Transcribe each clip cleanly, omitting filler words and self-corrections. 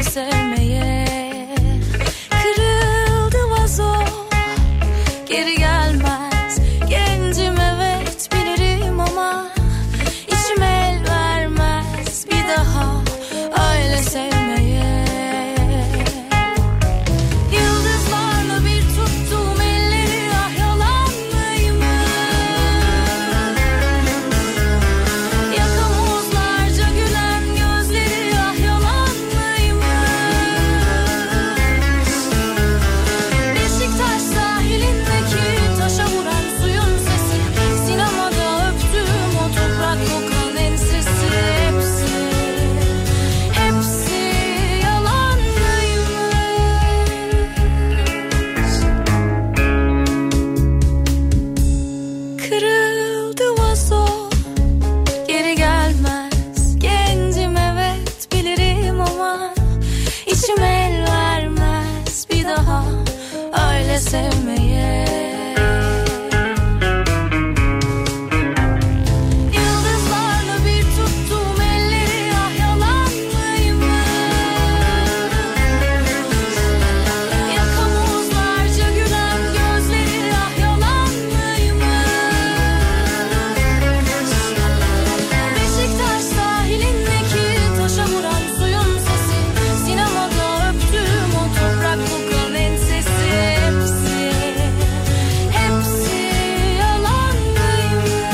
sevmeye. Kırıldı vazo, geri gelmez. Gencim evet bilirim ama içim el vermez bir daha öyle sevmeye. Yıldızlarla bir tuttuğum elleri ah yalan mıymış? Yakamozlarca gülen gözleri ah yalan mıymış? Beşiktaş sahilindeki taşa vuran suyun sesi, sinemada öptüğüm o toprak kokan ensesi, hepsi yalan mıymış? Kırıldı vazo, geri gelmez. Gencim evet bilirim ama içim el vermez bir daha öyle sevmeye. Yıldızlarla bir tuttuğum elleri ah yalan mıymış? Yakamozlarca gülen gözleri ah yalan mıymış? Beşiktaş sahilindeki taşa vuran suyun sesi, sinemada öptüğüm o toprak kokan ensesi, hepsi yalan mıymış?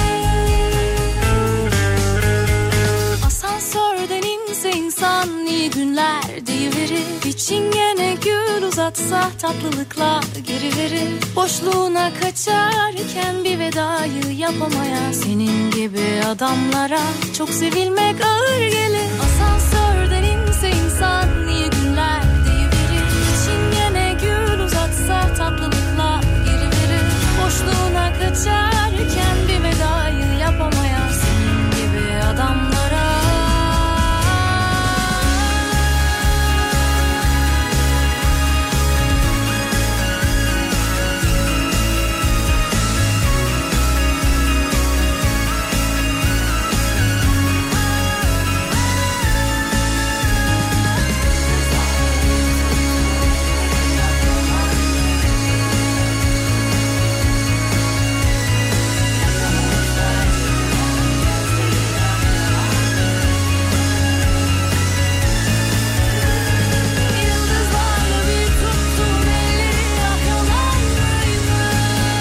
Asansörden inse insan iyi günler deyiverir. Bir çingene gül uzatsa tatlılıkla geri verir. Boşluğuna kaçarken bir vedayı yapamayan senin gibi adamlara çok sevilmek ağır gelir. Asansörden inse insan iyi günler deyiverir. Bir çingene gül uzatsa tatlılıkla geri verir. Boşluğuna kaçarken bir vedayı yapamayan senin gibi adamlara. Yıldızlarla bir tuttuğum elleri ah yalan mıymış?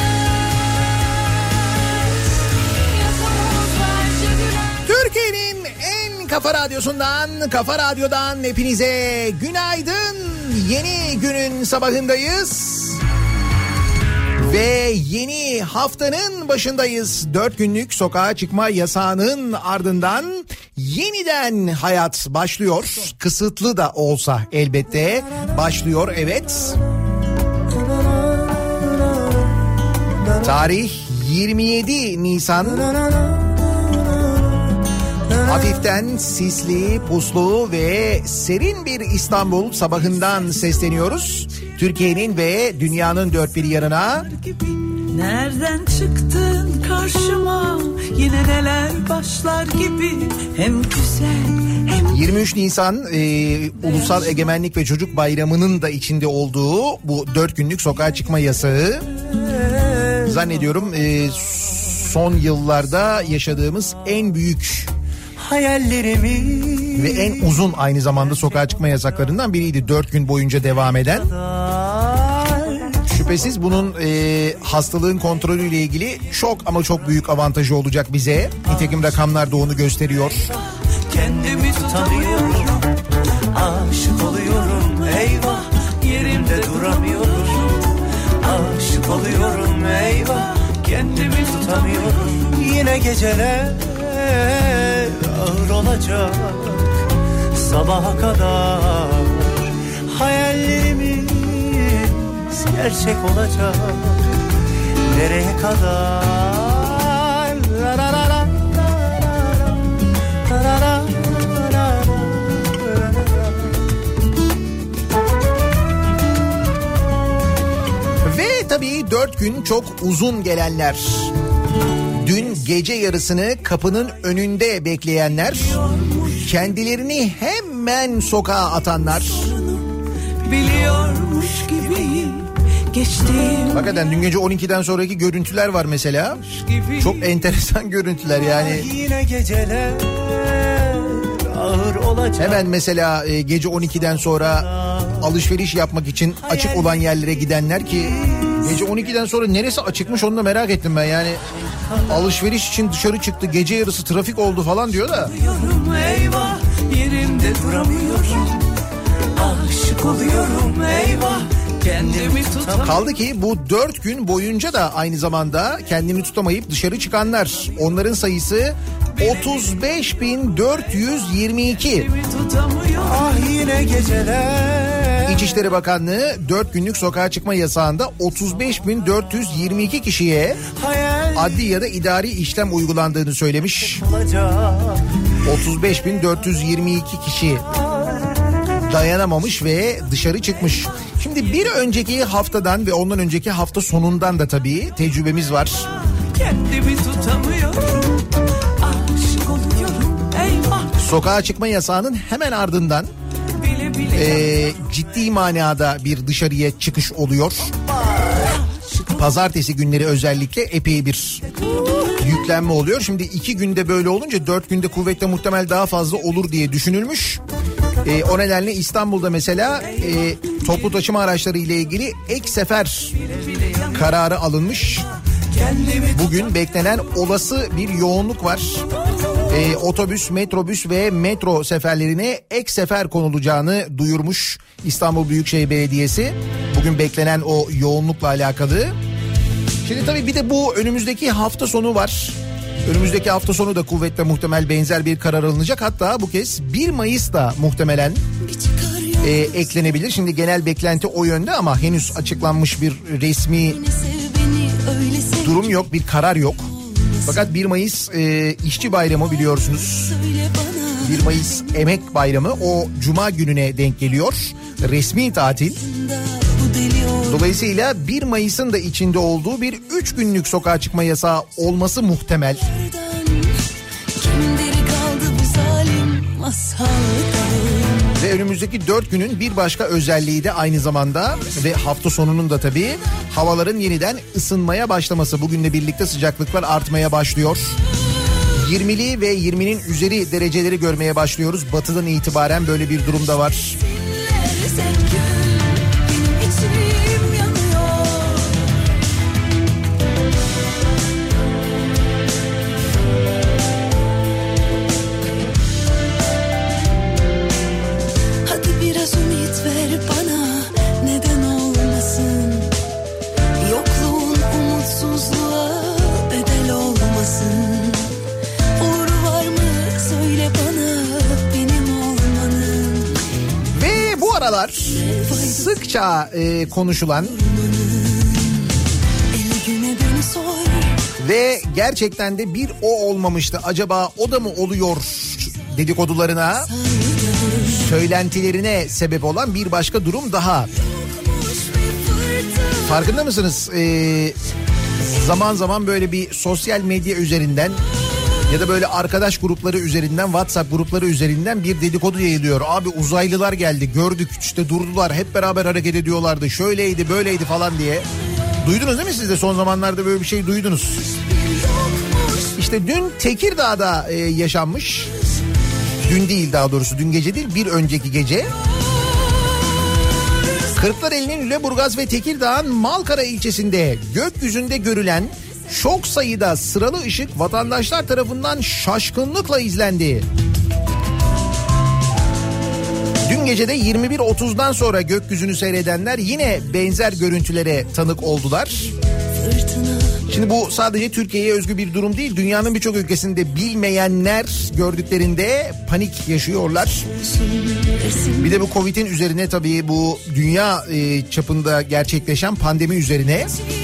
Yakamozlarca gülen Türkiye'nin en kafa radyosundan, Kafa Radyo'dan hepinize günaydın. Yeni günün sabahındayız. Ve yeni haftanın başındayız. 4 günlük sokağa çıkma yasağının ardından yeniden hayat başlıyor. Kısıtlı da olsa elbette başlıyor, evet. Tarih 27 Nisan. Hafiften sisli, puslu ve serin bir İstanbul sabahından sesleniyoruz. Türkiye'nin ve dünyanın dört bir yanına. Nereden çıktın karşıma, yine neler başlar gibi, hem güzel hem... 23 Nisan Ulusal Egemenlik ve Çocuk Bayramı'nın da içinde olduğu bu 4 günlük sokağa çıkma yasağı zannediyorum son yıllarda yaşadığımız en büyük hayallerimi ve en uzun aynı zamanda sokağa çıkma yasaklarından biriydi. 4 gün boyunca devam eden. Şüphesiz bunun hastalığın kontrolüyle ilgili çok ama çok büyük avantajı olacak bize. Nitekim rakamlar da onu gösteriyor. kendimi tutamıyorum, aşık oluyorum, eyvah yerimde duramıyorum, aşık oluyorum, eyvah kendimi tutamıyorum. Yine geceler ağır olacak, sabaha kadar hayallerimiz gerçek olacak. Nereye kadar? La la la la. Ve tabii 4 gün çok uzun gelenler. Dün gece yarısını kapının önünde bekleyenler, kendilerini hem hemen sokağa atanlar. Biliyormuş gibiyim geçtiğim. Hakikaten dün gece 12'den sonraki görüntüler var mesela. Çok enteresan görüntüler yani. Yine geceler ağır olacak. Hemen mesela gece 12'den sonra alışveriş yapmak için açık olan yerlere gidenler ki gece 12'den sonra neresi açıkmış onu da merak ettim ben yani. Alışveriş için dışarı çıktı, gece yarısı trafik oldu falan diyor da. Eyvah, yerimde duramıyorum. Aşık oluyorum eyvah. Kendimi tutamıyorum. Kaldı ki bu 4 gün boyunca da aynı zamanda kendini tutamayıp dışarı çıkanlar, onların sayısı 35.422. Ah yine geceler. İçişleri Bakanlığı 4 günlük sokağa çıkma yasağında 35.422 kişiye adli ya da idari işlem uygulandığını söylemiş. 35.422 kişi dayanamamış ve dışarı çıkmış. Şimdi bir önceki haftadan ve ondan önceki hafta sonundan da tabii tecrübemiz var. Kendimi tutamıyorum. Aşık oluyorum eyvah. Sokağa çıkma yasağının hemen ardından ciddi manada bir dışarıya çıkış oluyor. Pazartesi günleri özellikle epey bir yüklenme oluyor. Şimdi 2 günde böyle olunca 4 günde kuvvetle muhtemel daha fazla olur diye düşünülmüş. O nedenle İstanbul'da mesela toplu taşıma araçları ile ilgili ek sefer kararı alınmış. Bugün beklenen olası bir yoğunluk var. Otobüs, metrobüs ve metro seferlerine ek sefer konulacağını duyurmuş İstanbul Büyükşehir Belediyesi. Bugün beklenen o yoğunlukla alakalı. Şimdi tabii bir de bu önümüzdeki hafta sonu var. Önümüzdeki hafta sonu da kuvvetle muhtemel benzer bir karar alınacak. Hatta bu kez 1 Mayıs da muhtemelen eklenebilir. Şimdi genel beklenti o yönde ama henüz açıklanmış bir resmi durum yok, bir karar yok. Fakat 1 Mayıs işçi bayramı biliyorsunuz. 1 Mayıs emek bayramı o cuma gününe denk geliyor. Resmi tatil. Dolayısıyla 1 Mayıs'ın da içinde olduğu bir 3 günlük sokağa çıkma yasağı olması muhtemel. Ve önümüzdeki 4 günün bir başka özelliği de aynı zamanda ve hafta sonunun da tabii havaların yeniden ısınmaya başlaması. Bugünle birlikte sıcaklıklar artmaya başlıyor. 20'li ve 20'nin üzeri dereceleri görmeye başlıyoruz. Batıdan itibaren böyle bir durum da var. Sıkça konuşulan ve gerçekten de bir o olmamıştı. Acaba o da mı oluyor dedikodularına, söylentilerine sebep olan bir başka durum daha. Farkında mısınız? Zaman zaman böyle bir sosyal medya üzerinden ya da böyle arkadaş grupları üzerinden, WhatsApp grupları üzerinden bir dedikodu yayılıyor. Abi uzaylılar geldi, gördük, işte durdular, hep beraber hareket ediyorlardı, şöyleydi böyleydi falan diye. Duydunuz değil mi siz de, son zamanlarda böyle bir şey duydunuz? İşte dün Tekirdağ'da yaşanmış. Dün değil, daha doğrusu dün gece değil, bir önceki gece. Kırklareli'nin Lüleburgaz ve Tekirdağ'ın Malkara ilçesinde gökyüzünde görülen çok sayıda sıralı ışık vatandaşlar tarafından şaşkınlıkla izlendi. Dün gece de 21.30'dan sonra gökyüzünü seyredenler yine benzer görüntülere tanık oldular. Şimdi bu sadece Türkiye'ye özgü bir durum değil. Dünyanın birçok ülkesinde bilmeyenler gördüklerinde panik yaşıyorlar. Bir de bu Covid'in üzerine tabii bu dünya çapında gerçekleşen pandemi üzerine...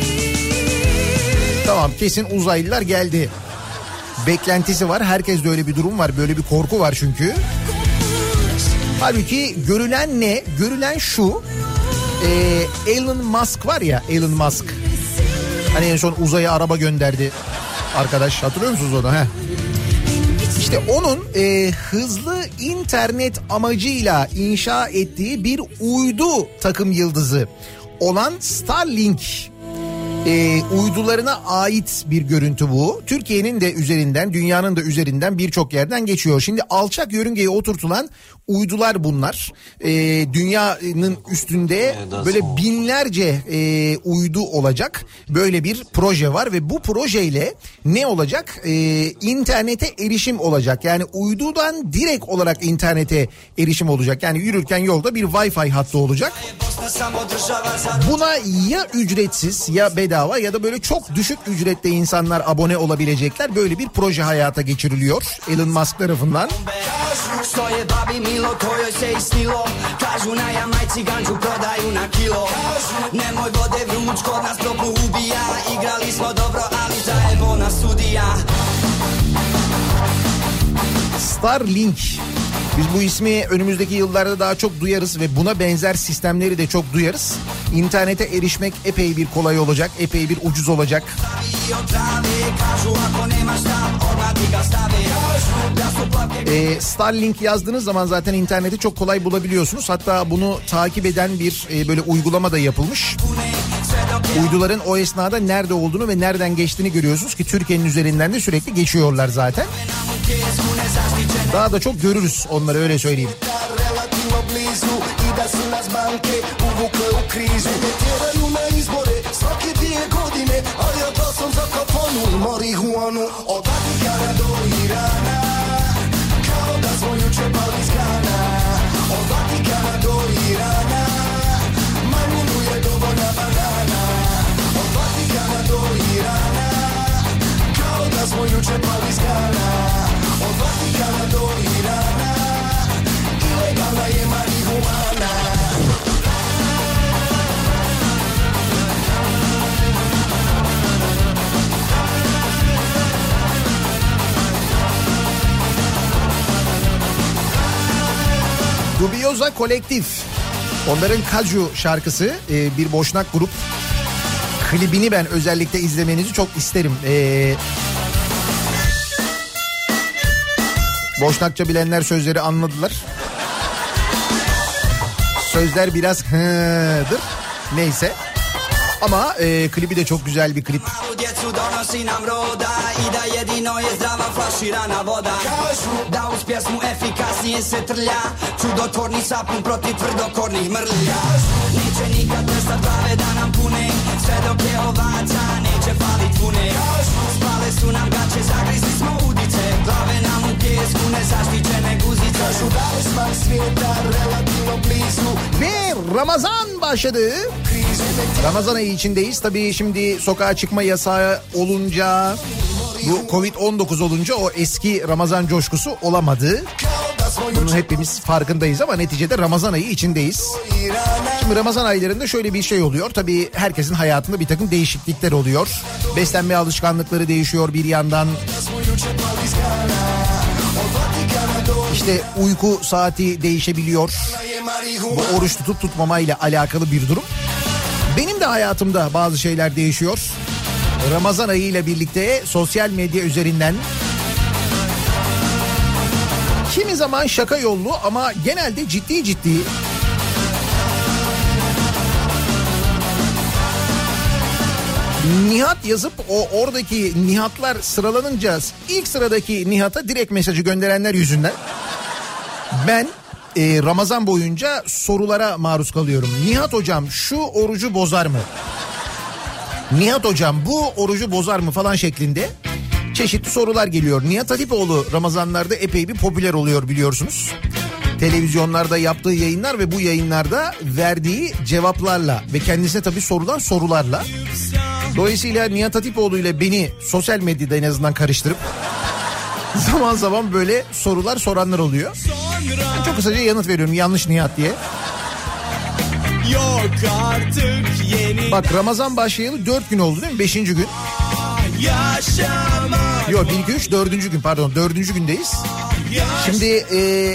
Tamam, kesin uzaylılar geldi beklentisi var. Herkeste öyle bir durum var. Böyle bir korku var çünkü. Halbuki görülen ne? Görülen şu. Elon Musk var ya, Elon Musk. Hani en son uzaya araba gönderdi arkadaş. Hatırlıyor musunuz onu? İşte onun hızlı internet amacıyla inşa ettiği bir uydu takım yıldızı olan Starlink uydularına ait bir görüntü bu. Türkiye'nin de üzerinden, dünyanın da üzerinden birçok yerden geçiyor. Şimdi alçak yörüngeye oturtulan uydular bunlar. Dünyanın üstünde böyle binlerce uydu olacak. Böyle bir proje var ve bu projeyle ne olacak? İnternete erişim olacak. Yani uydudan direkt olarak internete erişim olacak. Yani yürürken yolda bir Wi-Fi hattı olacak. Buna ya ücretsiz ya bedava ya da böyle çok düşük ücretle insanlar abone olabilecekler. Böyle bir proje hayata geçiriliyor Elon Musk tarafından. Starlink. Biz bu ismi önümüzdeki yıllarda daha çok duyarız ve buna benzer sistemleri de çok duyarız. İnternete erişmek epey bir kolay olacak, epey bir ucuz olacak. Starlink yazdığınız zaman zaten interneti çok kolay bulabiliyorsunuz. Hatta bunu takip eden bir böyle uygulama da yapılmış. Uyduların o esnada nerede olduğunu ve nereden geçtiğini görüyorsunuz ki Türkiye'nin üzerinden de sürekli geçiyorlar zaten. Daha da çok görürüz onları, öyle söyleyeyim. Dubioza Kolektif. Onların Kaju şarkısı, bir Boşnak grup. Klibini ben özellikle izlemenizi çok isterim. Boşnakça bilenler sözleri anladılar. Sözler biraz hıdır. Neyse. Ama klibi de çok güzel bir klip. Ve Ramazan başladı. Ramazan ayı içindeyiz. Tabii şimdi sokağa çıkma yasağı olunca, bu Covid-19 olunca o eski Ramazan coşkusu olamadı. Bunun hepimiz farkındayız ama neticede Ramazan ayı içindeyiz. Şimdi Ramazan aylarında şöyle bir şey oluyor. Tabii herkesin hayatında bir takım değişiklikler oluyor. Beslenme alışkanlıkları değişiyor bir yandan. İşte uyku saati değişebiliyor. Bu oruç tutup tutmamayla alakalı bir durum. Benim de hayatımda bazı şeyler değişiyor. Ramazan ayı ile birlikte sosyal medya üzerinden kimi zaman şaka yollu ama genelde ciddi Nihat yazıp oradaki Nihatlar sıralanınca ilk sıradaki Nihat'a direkt mesajı gönderenler yüzünden ben Ramazan boyunca sorulara maruz kalıyorum. Nihat hocam şu orucu bozar mı? Nihat hocam bu orucu bozar mı falan şeklinde çeşitli sorular geliyor. Nihat Hatipoğlu Ramazanlarda epey bir popüler oluyor biliyorsunuz. Televizyonlarda yaptığı yayınlar ve bu yayınlarda verdiği cevaplarla ve kendisine tabii sorulan sorularla. Dolayısıyla Nihat Hatipoğlu ile beni sosyal medyada en azından karıştırıp zaman zaman böyle sorular soranlar oluyor. Ben çok kısaca yanıt veriyorum, yanlış Nihat diye. Yok artık yeni. Bak Ramazan başlayalı 4 gün oldu değil mi? 5. gün. Yok 1, 2, 3 4. gün pardon 4. gündeyiz. Şimdi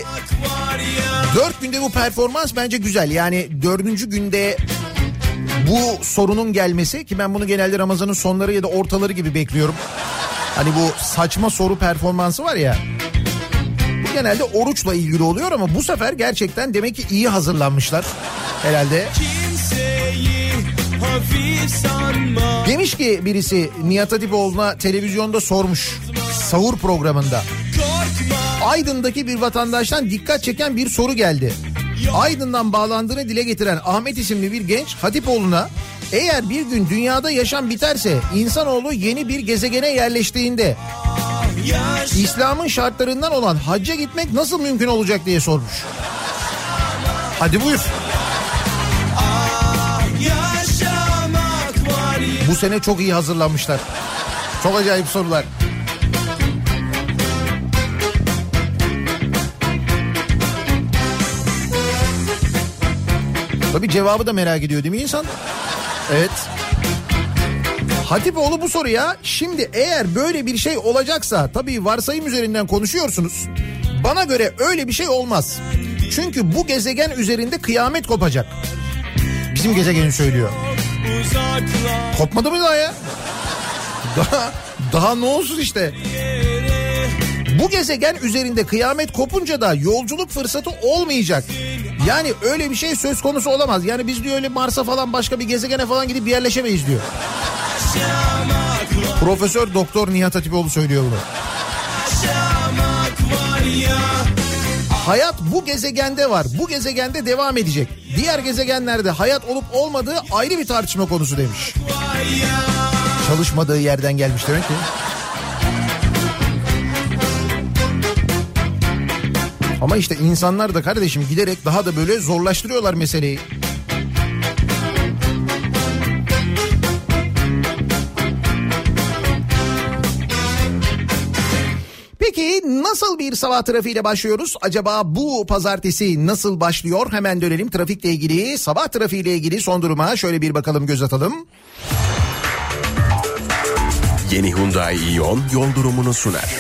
4 günde bu performans bence güzel. Yani 4. günde bu sorunun gelmesi, ki ben bunu genelde Ramazan'ın sonları ya da ortaları gibi bekliyorum. Hani bu saçma soru performansı var ya. genelde oruçla ilgili oluyor ama bu sefer gerçekten demek ki iyi hazırlanmışlar herhalde. Demiş ki birisi Nihat Hatipoğlu'na televizyonda sormuş sahur programında. Aydın'daki bir vatandaştan dikkat çeken bir soru geldi. Aydın'dan bağlandığını dile getiren Ahmet isimli bir genç Hatipoğlu'na eğer bir gün dünyada yaşam biterse insanoğlu yeni bir gezegene yerleştiğinde İslam'ın şartlarından olan hacca gitmek nasıl mümkün olacak diye sormuş. Hadi buyur. Bu sene çok iyi hazırlanmışlar. Çok acayip sorular. Tabii cevabı da merak ediyor değil mi insan? Evet. Hatipoğlu bu soruya şimdi eğer böyle bir şey olacaksa tabii varsayım üzerinden konuşuyorsunuz. Bana göre öyle bir şey olmaz. Çünkü bu gezegen üzerinde kıyamet kopacak. Bizim gezegeni söylüyor. Kopmadı mı daha ya? Daha ne olsun işte. Bu gezegen üzerinde kıyamet kopunca da yolculuk fırsatı olmayacak. Yani öyle bir şey söz konusu olamaz. Yani biz diyor öyle Mars'a falan başka bir gezegene falan gidip yerleşemeyiz diyor. Profesör Doktor Nihat Hatipoğlu söylüyor bunu. Hayat bu gezegende var. Bu gezegende devam edecek. Diğer gezegenlerde hayat olup olmadığı ayrı bir tartışma konusu demiş. Çalışmadığı yerden gelmiş demek ki. Ama işte insanlar da kardeşim giderek daha da böyle zorlaştırıyorlar meseleyi. Peki nasıl bir sabah trafiğiyle başlıyoruz? Acaba bu pazartesi nasıl başlıyor? Hemen dönelim trafikle ilgili, sabah trafiğiyle ilgili son duruma şöyle bir bakalım, göz atalım. Yeni Hyundai Ion yol durumunu sunar.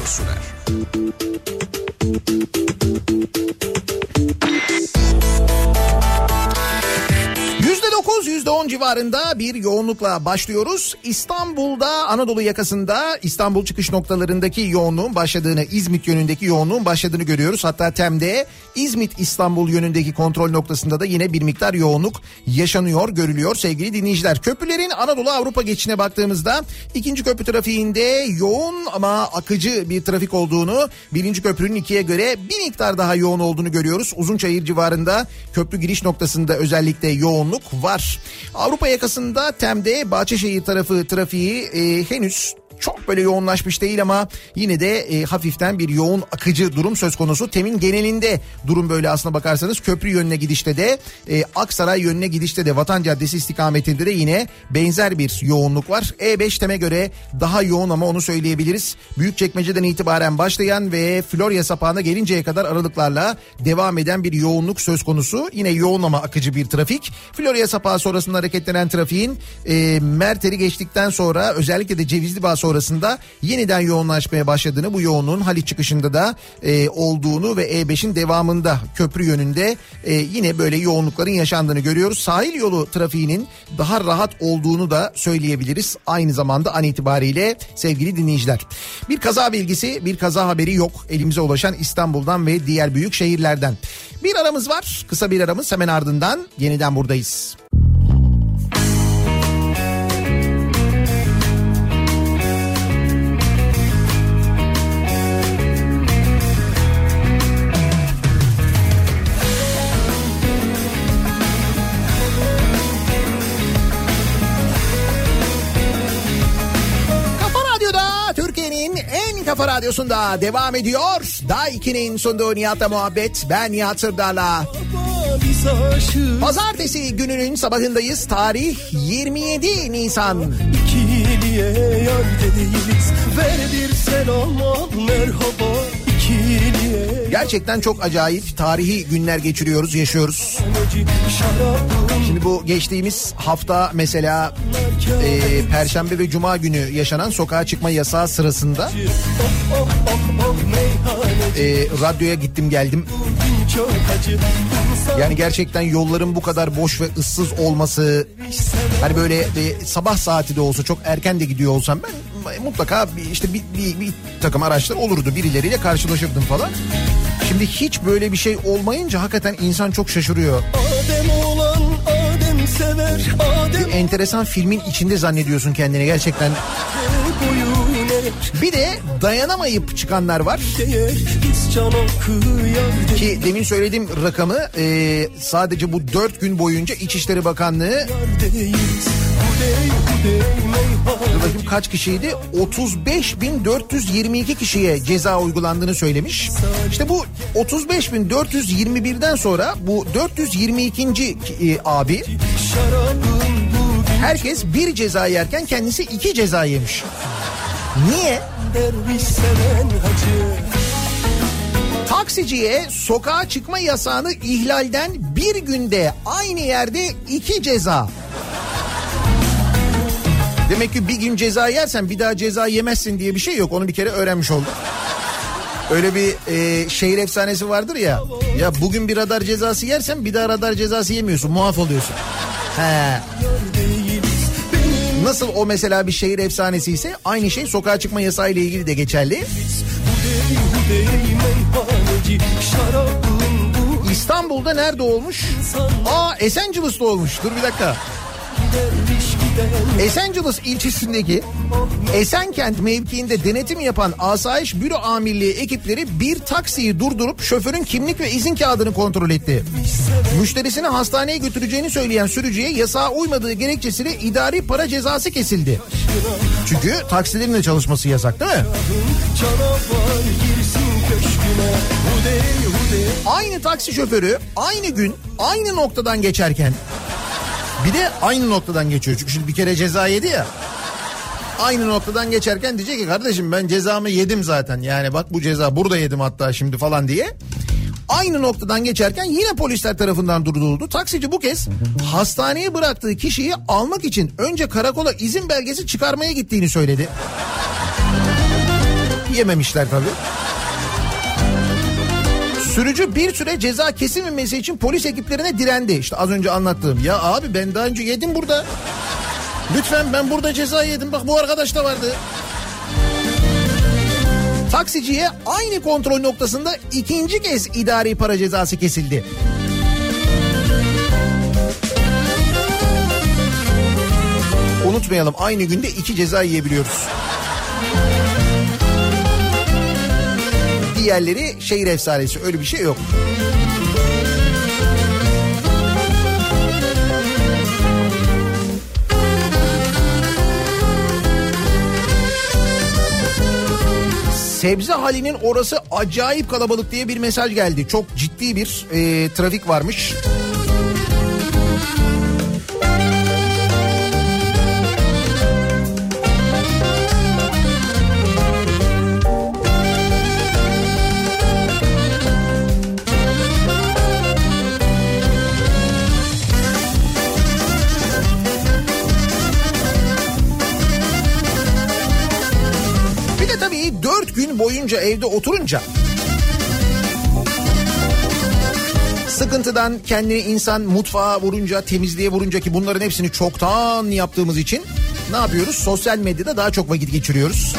%10 civarında bir yoğunlukla başlıyoruz. İstanbul'da Anadolu yakasında İstanbul çıkış noktalarındaki yoğunluğun başladığını, İzmit yönündeki yoğunluğun başladığını görüyoruz. Hatta TEM'de İzmit İstanbul yönündeki kontrol noktasında da yine bir miktar yoğunluk yaşanıyor, görülüyor sevgili dinleyiciler. Köprülerin Anadolu Avrupa geçişine baktığımızda ikinci köprü trafiğinde yoğun ama akıcı bir trafik olduğunu, birinci köprünün ikiye göre bir miktar daha yoğun olduğunu görüyoruz. Uzunçayır civarında köprü giriş noktasında özellikle yoğunluk var. Avrupa yakasında TEM'de Bahçeşehir tarafı trafiği henüz çok böyle yoğunlaşmış değil ama yine de hafiften bir yoğun akıcı durum söz konusu. TEM'in genelinde durum böyle aslına bakarsanız. Köprü yönüne gidişte de Aksaray yönüne gidişte de Vatan Caddesi istikametinde de yine benzer bir yoğunluk var. E5 TEM'e göre daha yoğun ama onu söyleyebiliriz. Büyükçekmece'den itibaren başlayan ve Florya sapağına gelinceye kadar aralıklarla devam eden bir yoğunluk söz konusu. Yine yoğun ama akıcı bir trafik. Florya sapağı sonrasında hareketlenen trafiğin Merter'i geçtikten sonra özellikle de Cevizli Bağ sonrasında yeniden yoğunlaşmaya başladığını, bu yoğunluğun Haliç çıkışında da olduğunu ve E5'in devamında köprü yönünde yine böyle yoğunlukların yaşandığını görüyoruz. Sahil yolu trafiğinin daha rahat olduğunu da söyleyebiliriz. Aynı zamanda an itibariyle sevgili dinleyiciler. Bir kaza bilgisi, bir kaza haberi yok elimize ulaşan İstanbul'dan ve diğer büyük şehirlerden. Bir aramız var, kısa bir aramız, hemen ardından yeniden buradayız. Kafa Radyosu'nda devam ediyor. Daha 2'nin sunduğu Nihat'la muhabbet. Ben Nihat Sırdar'la. Pazartesi gününün sabahındayız. Tarih 27 Nisan. İkiliye yar dediğimiz ver bir selam merhaba. Gerçekten çok acayip tarihi günler geçiriyoruz, yaşıyoruz. Şimdi bu geçtiğimiz hafta mesela Perşembe ve Cuma günü yaşanan sokağa çıkma yasağı sırasında radyoya gittim geldim. Yani gerçekten yolların bu kadar boş ve ıssız olması, hani böyle sabah saati de olsa çok erken de gidiyor olsam ben mutlaka işte bir takım araçlar olurdu, birileriyle karşılaşırdım falan. Şimdi hiç böyle bir şey olmayınca hakikaten insan çok şaşırıyor. Adem olan Adem sever, Adem... Bir enteresan filmin içinde zannediyorsun kendini gerçekten. Bir de dayanamayıp çıkanlar var. Ki demin söylediğim rakamı sadece bu 4 gün boyunca İçişleri Bakanlığı... Bakayım kaç kişiydi? 35.422 kişiye ceza uygulandığını söylemiş. İşte bu 35.421'den sonra bu 422. Abi herkes bir ceza yerken kendisi 2 ceza yemiş. Niye? Taksiciye sokağa çıkma yasağını ihlalden bir günde aynı yerde 2 ceza. Demek ki bir gün ceza yersen bir daha ceza yemezsin diye bir şey yok. Onu bir kere öğrenmiş oldum. Öyle bir şehir efsanesi vardır ya. Ya bugün bir radar cezası yersen bir daha radar cezası yemiyorsun. Muaf oluyorsun. He. Nasıl o mesela bir şehir efsanesi ise aynı şey sokağa çıkma yasağı ile ilgili de geçerli. İstanbul'da nerede olmuş? Esencilis'te olmuş. Dur bir dakika. Esenciles ilçesindeki Esenkent mevkiinde denetim yapan Asayiş Büro Amirliği ekipleri bir taksiyi durdurup şoförün kimlik ve izin kağıdını kontrol etti. Müşterisini hastaneye götüreceğini söyleyen sürücüye yasağa uymadığı gerekçesiyle idari para cezası kesildi. Çünkü taksilerin de çalışması yasak değil mi? Aynı taksi şoförü aynı gün aynı noktadan geçerken, bir de aynı noktadan geçiyor. Çünkü şimdi bir kere ceza yedi ya. Aynı noktadan geçerken diyecek ki kardeşim ben cezamı yedim zaten. Yani bak bu ceza burada yedim hatta şimdi falan diye. Aynı noktadan geçerken yine polisler tarafından durduruldu. Taksici bu kez hastaneye bıraktığı kişiyi almak için önce karakola izin belgesi çıkarmaya gittiğini söyledi. Yememişler tabii. Sürücü bir süre ceza kesilmemesi için polis ekiplerine direndi. İşte az önce anlattığım. Ya abi ben daha önce yedim burada. Lütfen ben burada ceza yedim. Bak bu arkadaş da vardı. Taksiciye aynı kontrol noktasında 2. kez idari para cezası kesildi. Unutmayalım, aynı günde 2 ceza yiyebiliyoruz. Diğerleri şehir efsanesi, öyle bir şey yok. Sebze halinin orası acayip kalabalık diye bir mesaj geldi. Çok ciddi bir trafik varmış. Boyunca evde oturunca sıkıntıdan kendini insan mutfağa vurunca, temizliğe vurunca, ki bunların hepsini çoktan yaptığımız için ne yapıyoruz? Sosyal medyada daha çok vakit geçiriyoruz.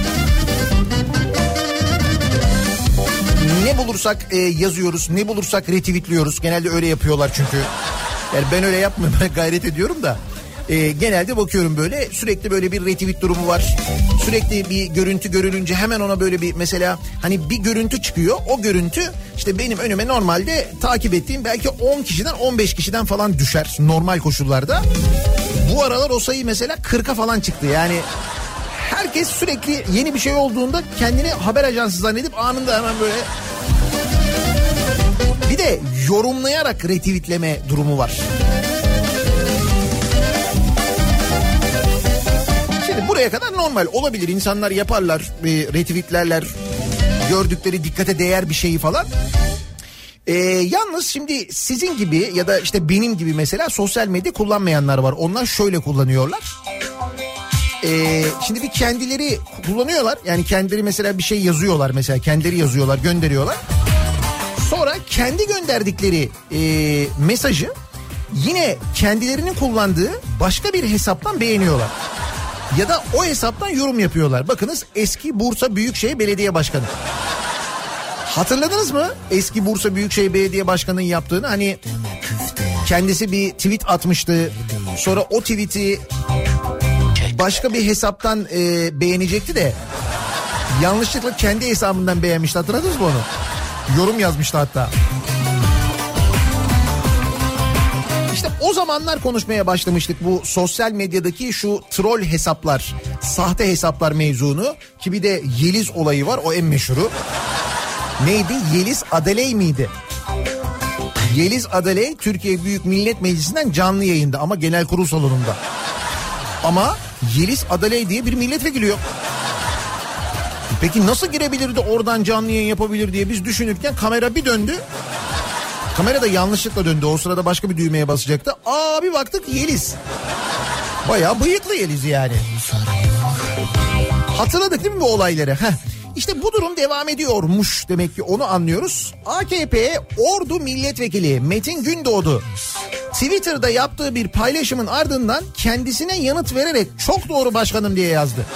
Ne bulursak yazıyoruz, ne bulursak retweetliyoruz. Genelde öyle yapıyorlar çünkü. Yani ben öyle yapmıyorum, ben gayret ediyorum da. Genelde bakıyorum böyle, sürekli böyle bir retweet durumu var. Sürekli bir görüntü görülünce hemen ona böyle bir, mesela hani bir görüntü çıkıyor. O görüntü işte benim önüme normalde takip ettiğim belki 10 kişiden 15 kişiden falan düşer normal koşullarda. Bu aralar o sayı mesela 40'a falan çıktı. Yani herkes sürekli yeni bir şey olduğunda kendini haber ajansı zannedip anında hemen böyle... Bir de yorumlayarak retweetleme durumu var. Buraya kadar normal olabilir, insanlar yaparlar, retweetlerler gördükleri dikkate değer bir şeyi falan. Yalnız şimdi sizin gibi ya da işte benim gibi mesela sosyal medya kullanmayanlar var. Onlar şöyle kullanıyorlar. Şimdi bir kendileri kullanıyorlar, yani kendileri mesela bir şey yazıyorlar, mesela kendileri yazıyorlar, gönderiyorlar. Sonra kendi gönderdikleri mesajı yine kendilerinin kullandığı başka bir hesaptan beğeniyorlar. Ya da o hesaptan yorum yapıyorlar. Bakınız eski Bursa Büyükşehir Belediye Başkanı. Hatırladınız mı? Eski Bursa Büyükşehir Belediye Başkanı'nın yaptığını, hani kendisi bir tweet atmıştı. Sonra o tweet'i başka bir hesaptan beğenecekti de yanlışlıkla kendi hesabından beğenmişti. Hatırladınız mı onu? Yorum yazmıştı hatta. İşte o zamanlar konuşmaya başlamıştık bu sosyal medyadaki şu troll hesaplar, sahte hesaplar mevzunu, ki bir de Yeliz olayı var, o en meşhuru. Neydi? Yeliz Adeley miydi? Yeliz Adeley Türkiye Büyük Millet Meclisi'nden canlı yayında ama genel kurul salonunda. Ama Yeliz Adeley diye bir milletvekili yok. Peki nasıl girebilirdi oradan canlı yayın yapabilir diye biz düşünürken kamera bir döndü. Kamera da yanlışlıkla döndü. O sırada başka bir düğmeye basacaktı. Aa, bir baktık Yeliz. Bayağı bıyıklı Yeliz yani. Hatırladık değil mi bu olayları? Heh. İşte bu durum devam ediyormuş demek ki, onu anlıyoruz. AKP Ordu Milletvekili Metin Gündoğdu Twitter'da yaptığı bir paylaşımın ardından kendisine yanıt vererek "çok doğru başkanım" diye yazdı.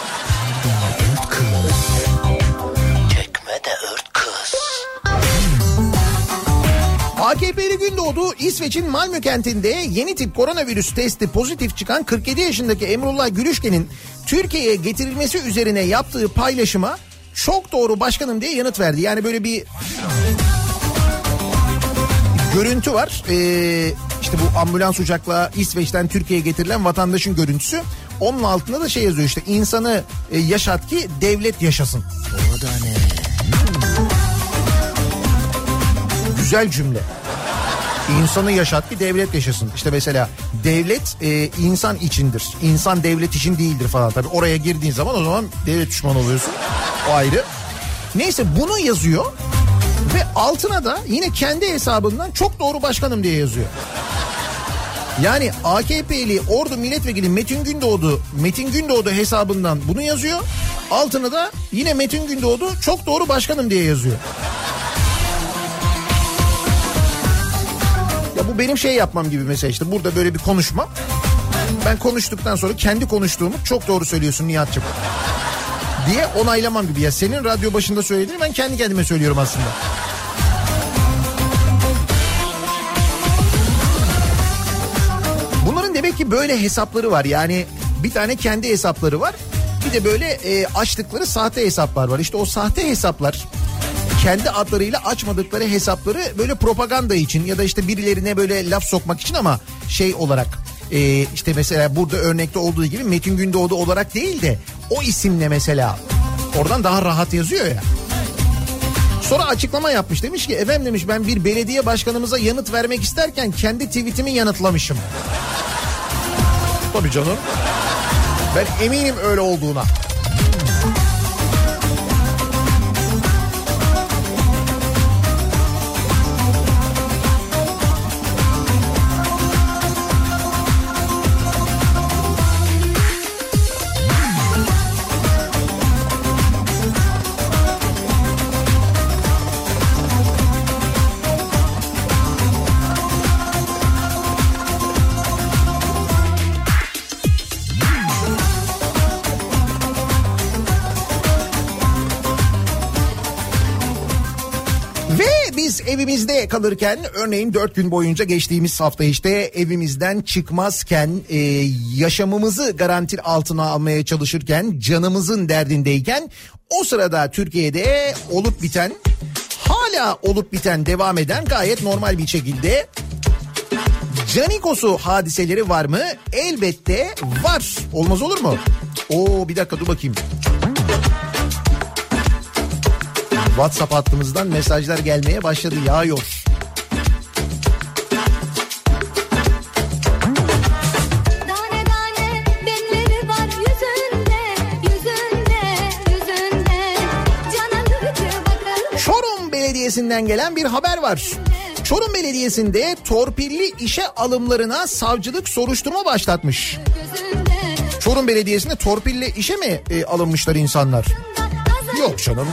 AKP'li Gündoğdu, İsveç'in Malmö kentinde yeni tip koronavirüs testi pozitif çıkan 47 yaşındaki Emrullah Gülüşken'in Türkiye'ye getirilmesi üzerine yaptığı paylaşıma "çok doğru başkanım" diye yanıt verdi. Yani böyle bir görüntü var. İşte bu ambulans uçakla İsveç'ten Türkiye'ye getirilen vatandaşın görüntüsü. Onun altında da şey yazıyor işte: "İnsanı yaşat ki devlet yaşasın." O da ne? Güzel cümle. İnsanı yaşat ki devlet yaşasın. İşte mesela devlet insan içindir. İnsan devlet için değildir falan. Tabii oraya girdiğin zaman o zaman devlet düşmanı oluyorsun. O ayrı. Neyse, bunu yazıyor ve altına da yine kendi hesabından "çok doğru başkanım" diye yazıyor. Yani AKP'li Ordu Milletvekili Metin Gündoğdu hesabından bunu yazıyor. Altına da yine Metin Gündoğdu "çok doğru başkanım" diye yazıyor. Ya bu benim şey yapmam gibi mesela, işte burada böyle bir konuşma. Ben konuştuktan sonra kendi konuştuğumu "çok doğru söylüyorsun Nihat'cığım" diye onaylamam gibi. Ya senin radyo başında söylediğini ben kendi kendime söylüyorum aslında. Bunların demek ki böyle hesapları var. Yani bir tane kendi hesapları var. Bir de böyle açtıkları sahte hesaplar var. İşte o sahte hesaplar, kendi adlarıyla açmadıkları hesapları böyle propaganda için ya da işte birilerine böyle laf sokmak için, ama şey olarak işte mesela burada örnekte olduğu gibi Metin Gündoğdu olarak değil de o isimle mesela oradan daha rahat yazıyor ya. Sonra açıklama yapmış, demiş ki "efendim" demiş, "ben bir belediye başkanımıza yanıt vermek isterken kendi tweetimi yanıtlamışım." Tabii canım, ben eminim öyle olduğuna. Evimizde kalırken, örneğin 4 gün boyunca geçtiğimiz hafta işte evimizden çıkmazken, yaşamımızı garanti altına almaya çalışırken, canımızın derdindeyken, o sırada Türkiye'de olup biten, hala olup biten, devam eden gayet normal bir şekilde Canikosu hadiseleri var mı? Elbette var. Olmaz olur mu? Bir dakika, dur bakayım. WhatsApp hattımızdan mesajlar gelmeye başladı, yağıyor. Çorum Belediyesi'nden gelen bir haber var. Çorum Belediyesi'nde torpilli işe alımlarına savcılık soruşturma başlatmış. Çorum Belediyesi'nde torpilli işe mi alınmışlar insanlar? Yok canım.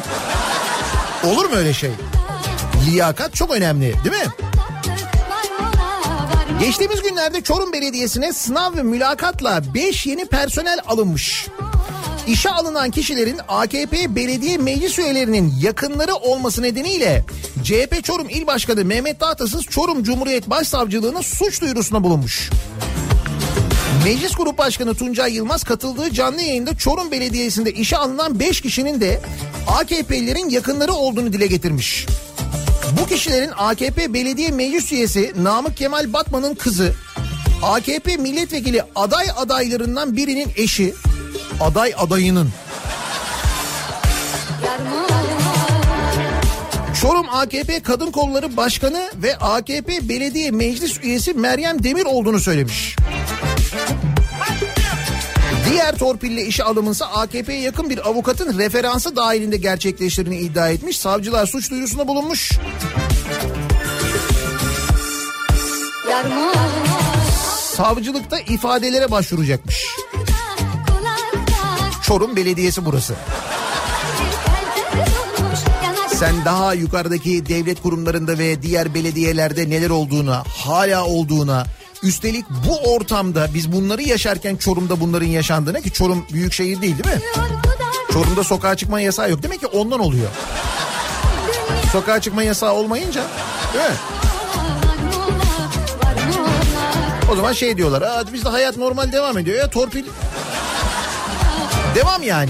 Olur mu öyle şey? Liyakat çok önemli, değil mi? Geçtiğimiz günlerde Çorum Belediyesi'ne sınav ve mülakatla 5 yeni personel alınmış. İşe alınan kişilerin AKP belediye meclis üyelerinin yakınları olması nedeniyle CHP Çorum İl Başkanı Mehmet Dağtasız Çorum Cumhuriyet Başsavcılığı'na suç duyurusunda bulunmuş. Meclis Grup Başkanı Tuncay Yılmaz katıldığı canlı yayında Çorum Belediyesi'nde işe alınan 5 kişinin de AKP'lilerin yakınları olduğunu dile getirmiş. Bu kişilerin AKP belediye meclis üyesi Namık Kemal Batman'ın kızı, AKP milletvekili adaylarından birinin eşi, adayının, Çorum AKP Kadın Kolları Başkanı ve AKP belediye meclis üyesi Meryem Demir olduğunu söylemiş. Diğer torpille işe alımınsa AKP'ye yakın bir avukatın referansı dahilinde gerçekleştirdiğini iddia etmiş. Savcılar suç duyurusunda bulunmuş. Savcılıkta ifadelere başvuracakmış. Çorum Belediyesi burası. Sen daha yukarıdaki devlet kurumlarında ve diğer belediyelerde neler olduğuna, hala olduğuna, üstelik bu ortamda biz bunları yaşarken Çorum'da bunların yaşandığına, ki Çorum büyük şehir değil mi? Çorum'da sokağa çıkma yasağı yok. Demek ki ondan oluyor. Sokağa çıkma yasağı olmayınca, değil mi? O zaman şey diyorlar, bizde hayat normal devam ediyor ya, torpil devam yani.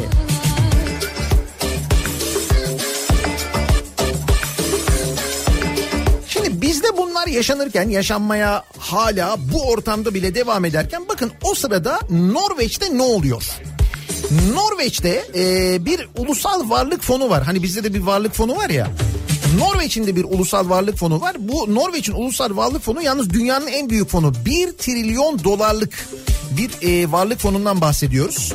Şimdi bizde bunlar yaşanırken, yaşanmaya hala bu ortamda bile devam ederken, bakın o sırada Norveç'te ne oluyor? Norveç'te bir ulusal varlık fonu var. Hani bizde de bir varlık fonu var ya. Norveç'in de bir ulusal varlık fonu var. Bu Norveç'in ulusal varlık fonu yalnız dünyanın en büyük fonu. 1 trilyon dolarlık bir varlık fonundan bahsediyoruz.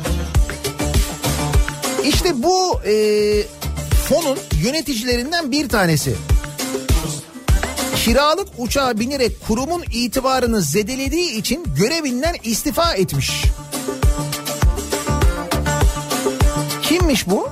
İşte bu fonun yöneticilerinden bir tanesi kiralık uçağa binerek kurumun itibarını zedelediği için görevinden istifa etmiş. Kimmiş bu?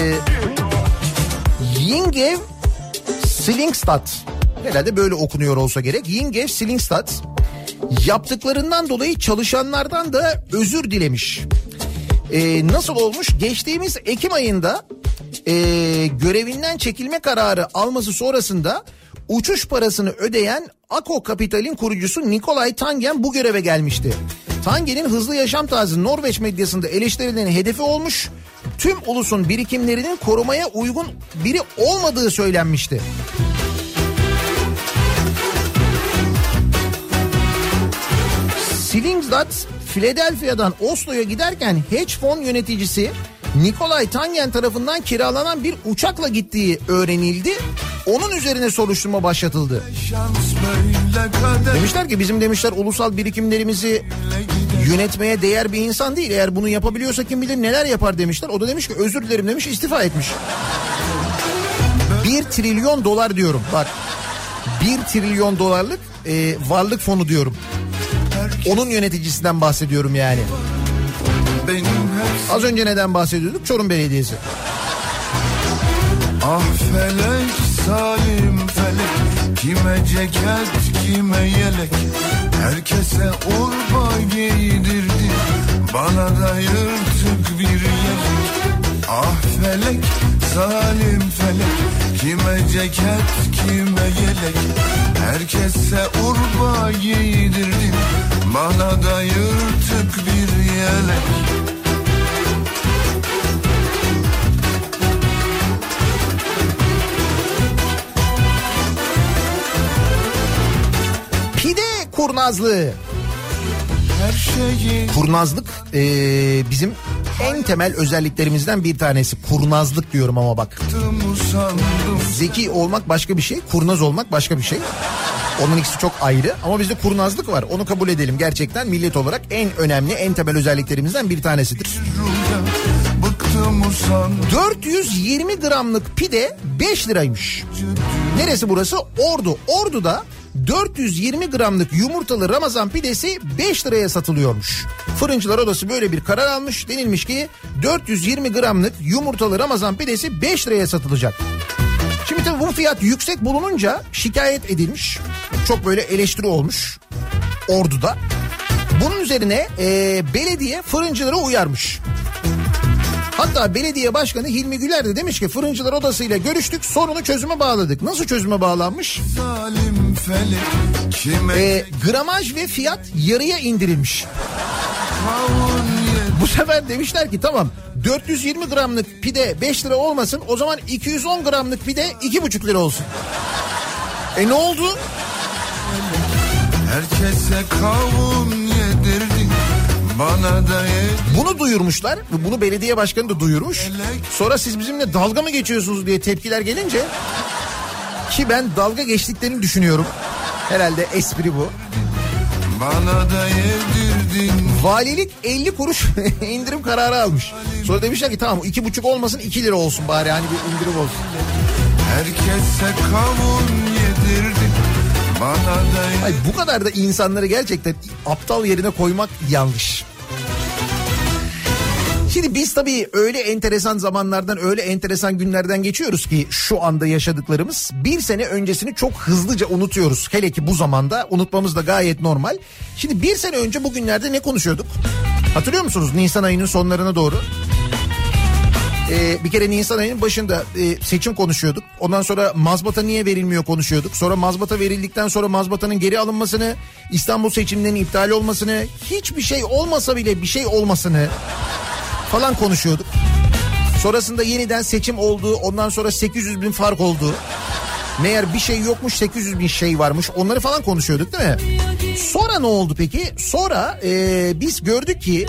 Yingev Slingstad. Herhalde böyle okunuyor olsa gerek. Yingev Slingstad yaptıklarından dolayı çalışanlardan da özür dilemiş. Nasıl olmuş? Geçtiğimiz Ekim ayında görevinden çekilme kararı alması sonrasında uçuş parasını ödeyen Ako Kapital'in kurucusu Nikolay Tangen bu göreve gelmişti. Tangen'in hızlı yaşam tarzı Norveç medyasında eleştirilerin hedefi olmuş. Tüm ulusun birikimlerinin korumaya uygun biri olmadığı söylenmişti. Slingstad, Philadelphia'dan Oslo'ya giderken hedge fon yöneticisi Nikolay Tangen tarafından kiralanan bir uçakla gittiği öğrenildi. Onun üzerine soruşturma başlatıldı. Demişler ki bizim demişler ulusal birikimlerimizi yönetmeye değer bir insan değil. Eğer bunu yapabiliyorsa kim bilir neler yapar demişler. O da demiş ki özür dilerim demiş, istifa etmiş. 1 trilyon dolar diyorum bak. 1 trilyon dolarlık varlık fonu diyorum. Onun yöneticisinden bahsediyorum yani. Az önce neden bahsediyorduk? Çorum Belediyesi. Ah felek salim felek, kime ceket kime yelek, herkese urba giydirdi, bana da yırtık bir yelek. Ah felek salim felek, kime ceket kime yelek, herkese urba giydirdi, bana da yırtık bir yelek. Kurnazlığı. Kurnazlık bizim en temel özelliklerimizden bir tanesi. Kurnazlık diyorum ama bak. Zeki olmak başka bir şey, kurnaz olmak başka bir şey. Onun ikisi çok ayrı ama bizde kurnazlık var. Onu kabul edelim, gerçekten millet olarak en önemli, en temel özelliklerimizden bir tanesidir. 420 gramlık pide 5 liraymış. Neresi burası? Ordu. Ordu'da 420 gramlık yumurtalı Ramazan pidesi 5 liraya satılıyormuş. Fırıncılar Odası böyle bir karar almış. Denilmiş ki 420 gramlık yumurtalı Ramazan pidesi 5 liraya satılacak. Şimdi tabii bu fiyat yüksek bulununca şikayet edilmiş. Çok böyle eleştiri olmuş. Ordu'da. Bunun üzerine belediye fırıncıları uyarmış. Hatta belediye başkanı Hilmi Güler de demiş ki fırıncılar odasıyla görüştük, sorunu çözüme bağladık. Nasıl çözüme bağlanmış? Gramaj ve fiyat yarıya indirilmiş. Bu sefer demişler ki tamam 420 gramlık pide 5 lira olmasın, o zaman 210 gramlık pide 2,5 lira olsun. Ne oldu? Herkese kavun yedirdin, bana da Bunu duyurmuşlar. Bunu belediye başkanı da duyurmuş. Sonra siz bizimle dalga mı geçiyorsunuz diye tepkiler gelince, ki ben dalga geçtiklerini düşünüyorum. Herhalde espri bu. Bana da yedirdin. Valilik 50 kuruş indirim kararı almış. Sonra demişler ki tamam 2,5 olmasın 2 lira olsun bari, hani bir indirim olsun. Herkese kavun yedirdin. Ay, bu kadar da insanları gerçekten aptal yerine koymak yanlış. Şimdi biz tabii öyle enteresan zamanlardan, öyle enteresan günlerden geçiyoruz ki şu anda yaşadıklarımız, bir sene öncesini çok hızlıca unutuyoruz. Hele ki bu zamanda unutmamız da gayet normal. Şimdi bir sene önce bugünlerde ne konuşuyorduk? Hatırlıyor musunuz? Nisan ayının sonlarına doğru. Bir kere Nisan ayının başında seçim konuşuyorduk. Ondan sonra mazbata niye verilmiyor konuşuyorduk. Sonra mazbata verildikten sonra mazbatanın geri alınmasını, İstanbul seçimlerinin iptal olmasını, hiçbir şey olmasa bile bir şey olmasını falan konuşuyorduk. Sonrasında yeniden seçim oldu. Ondan sonra 800 bin fark oldu. Meğer bir şey yokmuş, 800 bin şey varmış. Onları falan konuşuyorduk değil mi? Sonra ne oldu peki? Sonra biz gördük ki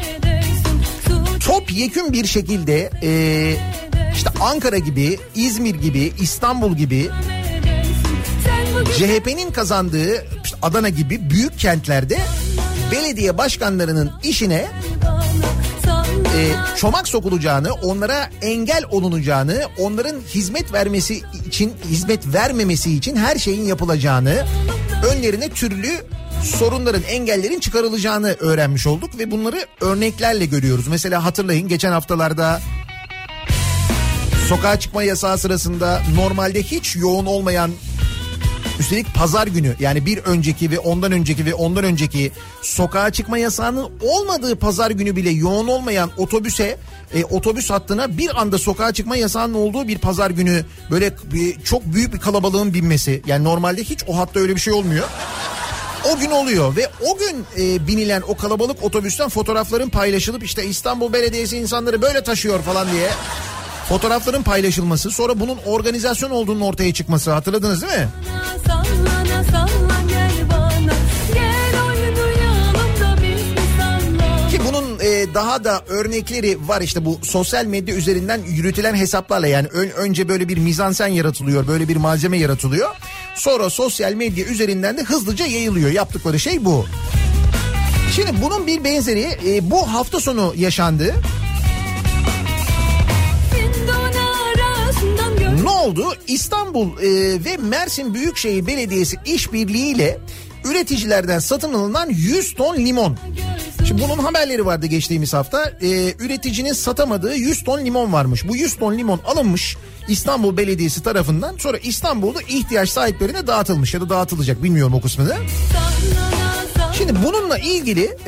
topyekün bir şekilde işte Ankara gibi, İzmir gibi, İstanbul gibi, CHP'nin kazandığı işte Adana gibi büyük kentlerde belediye başkanlarının işine çomak sokulacağını, onlara engel olunacağını, onların hizmet vermemesi için her şeyin yapılacağını, önlerine türlü sorunların, engellerin çıkarılacağını öğrenmiş olduk ve bunları örneklerle görüyoruz. Mesela hatırlayın, geçen haftalarda sokağa çıkma yasağı sırasında normalde hiç yoğun olmayan, üstelik pazar günü, yani bir önceki ve ondan önceki ve ondan önceki sokağa çıkma yasağının olmadığı pazar günü bile yoğun olmayan otobüs hattına bir anda sokağa çıkma yasağının olduğu bir pazar günü böyle çok büyük bir kalabalığın binmesi. Yani normalde hiç o hatta öyle bir şey olmuyor. O gün oluyor ve o gün binilen o kalabalık otobüsten fotoğrafların paylaşılıp işte İstanbul Belediyesi insanları böyle taşıyor falan diye fotoğrafların paylaşılması, sonra bunun organizasyon olduğunun ortaya çıkması, hatırladınız değil mi? Sallana, sallana, gel bana, gel oynayalım da biz mi salla? Ki bunun daha da örnekleri var işte bu sosyal medya üzerinden yürütülen hesaplarla. Yani önce böyle bir mizansen yaratılıyor, böyle bir malzeme yaratılıyor. Sonra sosyal medya üzerinden de hızlıca yayılıyor. Yaptıkları şey bu. Şimdi bunun bir benzeri bu hafta sonu yaşandı. Ne oldu? İstanbul ve Mersin Büyükşehir Belediyesi işbirliğiyle üreticilerden satın alınan 100 ton limon. Şimdi bunun haberleri vardı geçtiğimiz hafta. Üreticinin satamadığı 100 ton limon varmış. Bu 100 ton limon alınmış İstanbul Belediyesi tarafından, sonra İstanbul'da ihtiyaç sahiplerine dağıtılmış ya da dağıtılacak, bilmiyorum o kısmını. Şimdi bununla ilgili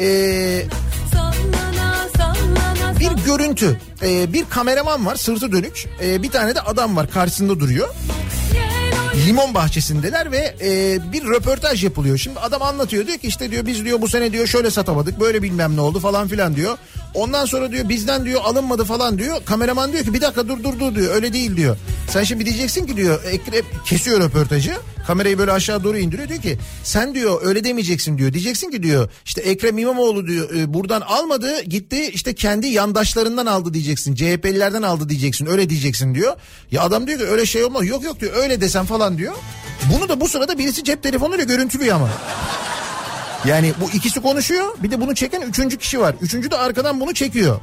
bir görüntü, bir kameraman var sırtı dönük, bir tane de adam var karşısında duruyor. Limon bahçesindeler ve bir röportaj yapılıyor. Şimdi adam anlatıyor, diyor ki işte diyor biz diyor bu sene diyor şöyle satamadık, böyle bilmem ne oldu falan filan diyor. Ondan sonra diyor bizden diyor alınmadı falan diyor. Kameraman diyor ki bir dakika dur diyor, öyle değil diyor. Sen şimdi diyeceksin ki diyor, kesiyor röportajı, kamerayı böyle aşağı doğru indiriyor, diyor ki sen diyor öyle demeyeceksin diyor. Diyeceksin ki diyor işte Ekrem İmamoğlu diyor buradan almadı, gitti işte kendi yandaşlarından aldı diyeceksin. CHP'lilerden aldı diyeceksin, öyle diyeceksin diyor. Ya adam diyor ki öyle şey olmaz, yok diyor öyle desem falan diyor. Bunu da bu sırada birisi cep telefonuyla görüntülüyor ama. Yani bu ikisi konuşuyor, bir de bunu çeken üçüncü kişi var. Üçüncü de arkadan bunu çekiyor.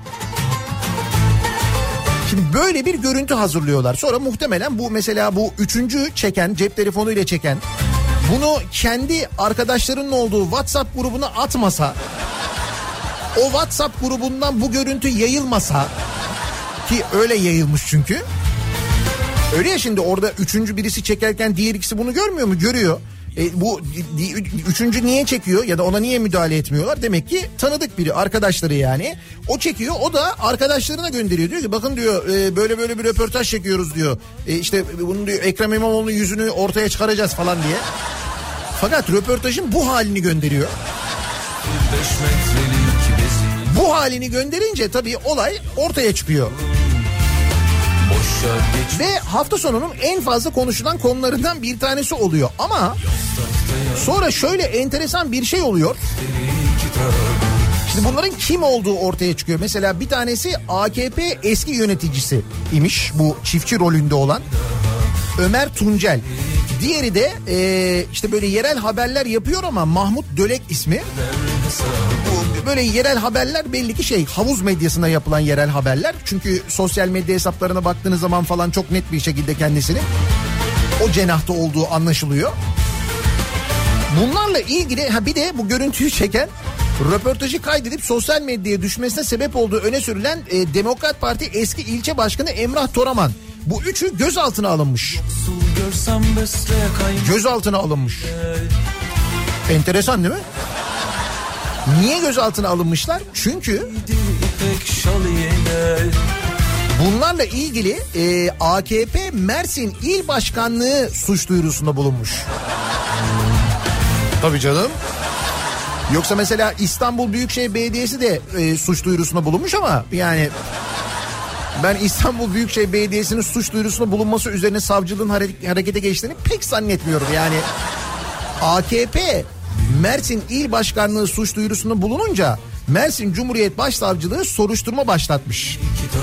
Şimdi böyle bir görüntü hazırlıyorlar. Sonra muhtemelen bu mesela bu üçüncü çeken, cep telefonuyla çeken, bunu kendi arkadaşlarının olduğu WhatsApp grubuna atmasa, o WhatsApp grubundan bu görüntü yayılmasa, ki öyle yayılmış çünkü. Öyle ya, şimdi orada üçüncü birisi çekerken diğer ikisi bunu görmüyor mu? Görüyor. Bu üçüncü niye çekiyor ya da ona niye müdahale etmiyorlar? Demek ki tanıdık biri, arkadaşları yani. O çekiyor, o da arkadaşlarına gönderiyor. Diyor ki bakın diyor böyle böyle bir röportaj çekiyoruz diyor. İşte bunu diyor Ekrem İmamoğlu'nun yüzünü ortaya çıkaracağız falan diye. Fakat röportajın bu halini gönderiyor. Bu halini gönderince tabii olay ortaya çıkıyor. Ve hafta sonunun en fazla konuşulan konularından bir tanesi oluyor. Ama sonra şöyle enteresan bir şey oluyor. Şimdi bunların kim olduğu ortaya çıkıyor. Mesela bir tanesi AKP eski yöneticisi imiş, bu çiftçi rolünde olan Ömer Tuncel. Diğeri de işte böyle yerel haberler yapıyor ama Mahmut Dölek ismi. Böyle yerel haberler belli ki havuz medyasına yapılan yerel haberler. Çünkü sosyal medya hesaplarına baktığınız zaman falan çok net bir şekilde kendisinin o cenahta olduğu anlaşılıyor. Bunlarla ilgili bir de bu görüntüyü çeken, röportajı kaydedip sosyal medyaya düşmesine sebep olduğu öne sürülen Demokrat Parti eski ilçe başkanı Emrah Toraman. Bu üçü gözaltına alınmış. Gözaltına alınmış. Enteresan değil mi? Niye gözaltına alınmışlar? Çünkü bunlarla ilgili AKP Mersin İl Başkanlığı suç duyurusunda bulunmuş. Tabii canım. Yoksa mesela İstanbul Büyükşehir Belediyesi de suç duyurusunda bulunmuş ama yani ben İstanbul Büyükşehir Belediyesi'nin suç duyurusunda bulunması üzerine savcılığın harekete geçtiğini pek zannetmiyorum. Yani AKP Mersin İl Başkanlığı suç duyurusunda bulununca Mersin Cumhuriyet Başsavcılığı soruşturma başlatmış.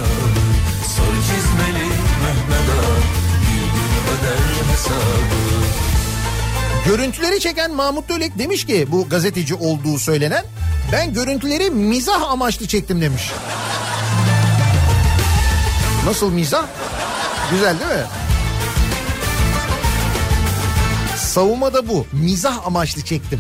Görüntüleri çeken Mahmut Dölek demiş ki, bu gazeteci olduğu söylenen, ben görüntüleri mizah amaçlı çektim demiş. Nasıl mizah? Güzel değil mi? Savunma da bu. Mizah amaçlı çektim.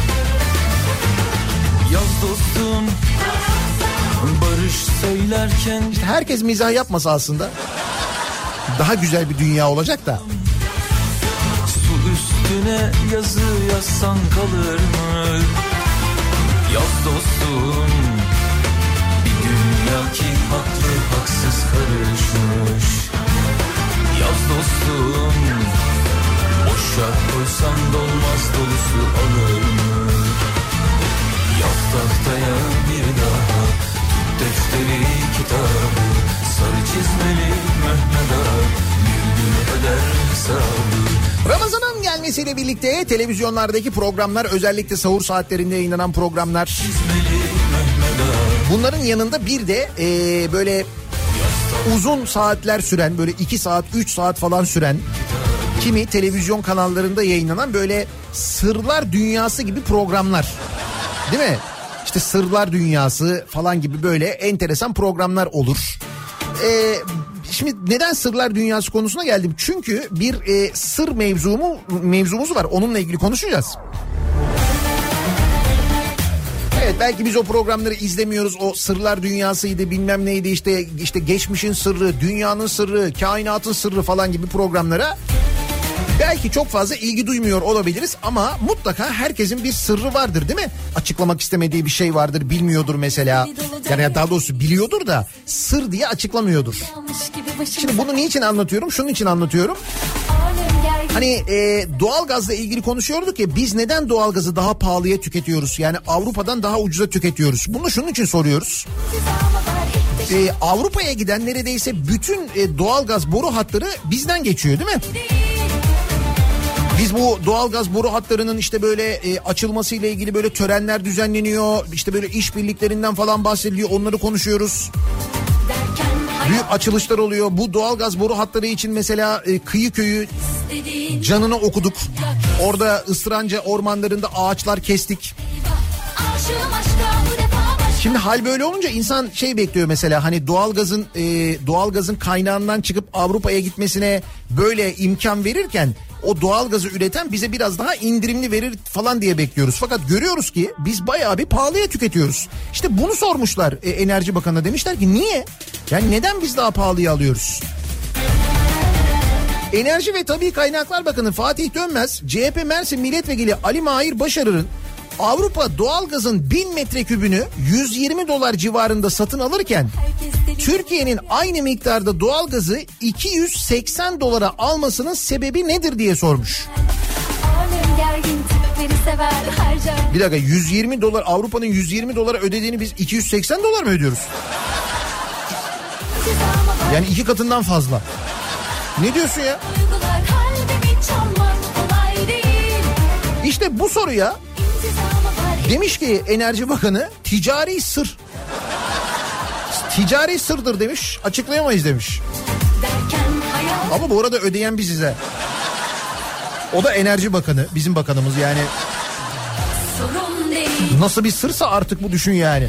Yaz dostum, barış söylerken... İşte herkes mizah yapmasa aslında daha güzel bir dünya olacak da. Su üstüne yazı yazsan kalır mı? Yaz dostum, bir dünya ki haklı haksız karışmış. Yaz dostum, boşa koysan dolmaz dolusu alır mı? Yaz tahtaya bir daha, tut defteri kitabı, sarı çizmeli Mehmet Ağa, bir gün öder hesabı. Ramazan'ın gelmesiyle birlikte televizyonlardaki programlar, özellikle sahur saatlerinde yayınlanan programlar, bunların yanında bir de böyle uzun saatler süren, böyle 2 saat 3 saat falan süren, kimi televizyon kanallarında yayınlanan böyle sırlar dünyası gibi programlar, değil mi? İşte sırlar dünyası falan gibi böyle enteresan programlar olur. Şimdi neden sırlar dünyası konusuna geldim? Çünkü bir sır mevzumuz var. Onunla ilgili konuşacağız. Evet, belki biz o programları izlemiyoruz. O sırlar dünyasıydı, bilmem neydi, işte geçmişin sırrı, dünyanın sırrı, kainatın sırrı falan gibi programlara belki çok fazla ilgi duymuyor olabiliriz ama mutlaka herkesin bir sırrı vardır, değil mi? Açıklamak istemediği bir şey vardır, bilmiyordur mesela. Yani daha doğrusu biliyordur da sır diye açıklamıyordur. Şimdi bunu niçin anlatıyorum? Şunun için anlatıyorum. Hani doğalgazla ilgili konuşuyorduk ya, biz neden doğalgazı daha pahalıya tüketiyoruz? Yani Avrupa'dan daha ucuza tüketiyoruz. Bunu şunun için soruyoruz. Avrupa'ya giden neredeyse bütün doğalgaz boru hatları bizden geçiyor, değil mi? Biz bu doğalgaz boru hatlarının işte böyle açılmasıyla ilgili böyle törenler düzenleniyor. İşte böyle işbirliklerinden falan bahsediliyor. Onları konuşuyoruz. Büyük açılışlar oluyor. Bu doğalgaz boru hatları için mesela Kıyı Köyü canını okuduk. Orada Isranca ormanlarında ağaçlar kestik. Şimdi hal böyle olunca insan bekliyor mesela, hani doğalgazın kaynağından çıkıp Avrupa'ya gitmesine böyle imkan verirken o doğalgazı üreten bize biraz daha indirimli verir falan diye bekliyoruz. Fakat görüyoruz ki biz bayağı bir pahalıya tüketiyoruz. İşte bunu sormuşlar Enerji Bakanı'na, demişler ki niye? Yani neden biz daha pahalıya alıyoruz? Enerji ve Tabii Kaynaklar Bakanı Fatih Dönmez, CHP Mersin Milletvekili Ali Mahir Başarır'ın Avrupa doğalgazın 1000 metrekübünü 120 dolar civarında satın alırken Türkiye'nin aynı miktarda doğalgazı 280 dolara almasının sebebi nedir diye sormuş. Bir dakika, 120 dolar, Avrupa'nın 120 dolara ödediğini biz 280 dolar mı ödüyoruz? Yani 2 katından fazla. Ne diyorsun ya? İşte bu soruya demiş ki Enerji Bakanı, ticari sır. Ticari sırdır demiş, açıklayamayız demiş. Ama bu arada ödeyen biziz he. O da Enerji Bakanı, bizim bakanımız yani. Nasıl bir sırsa artık bu, düşün yani.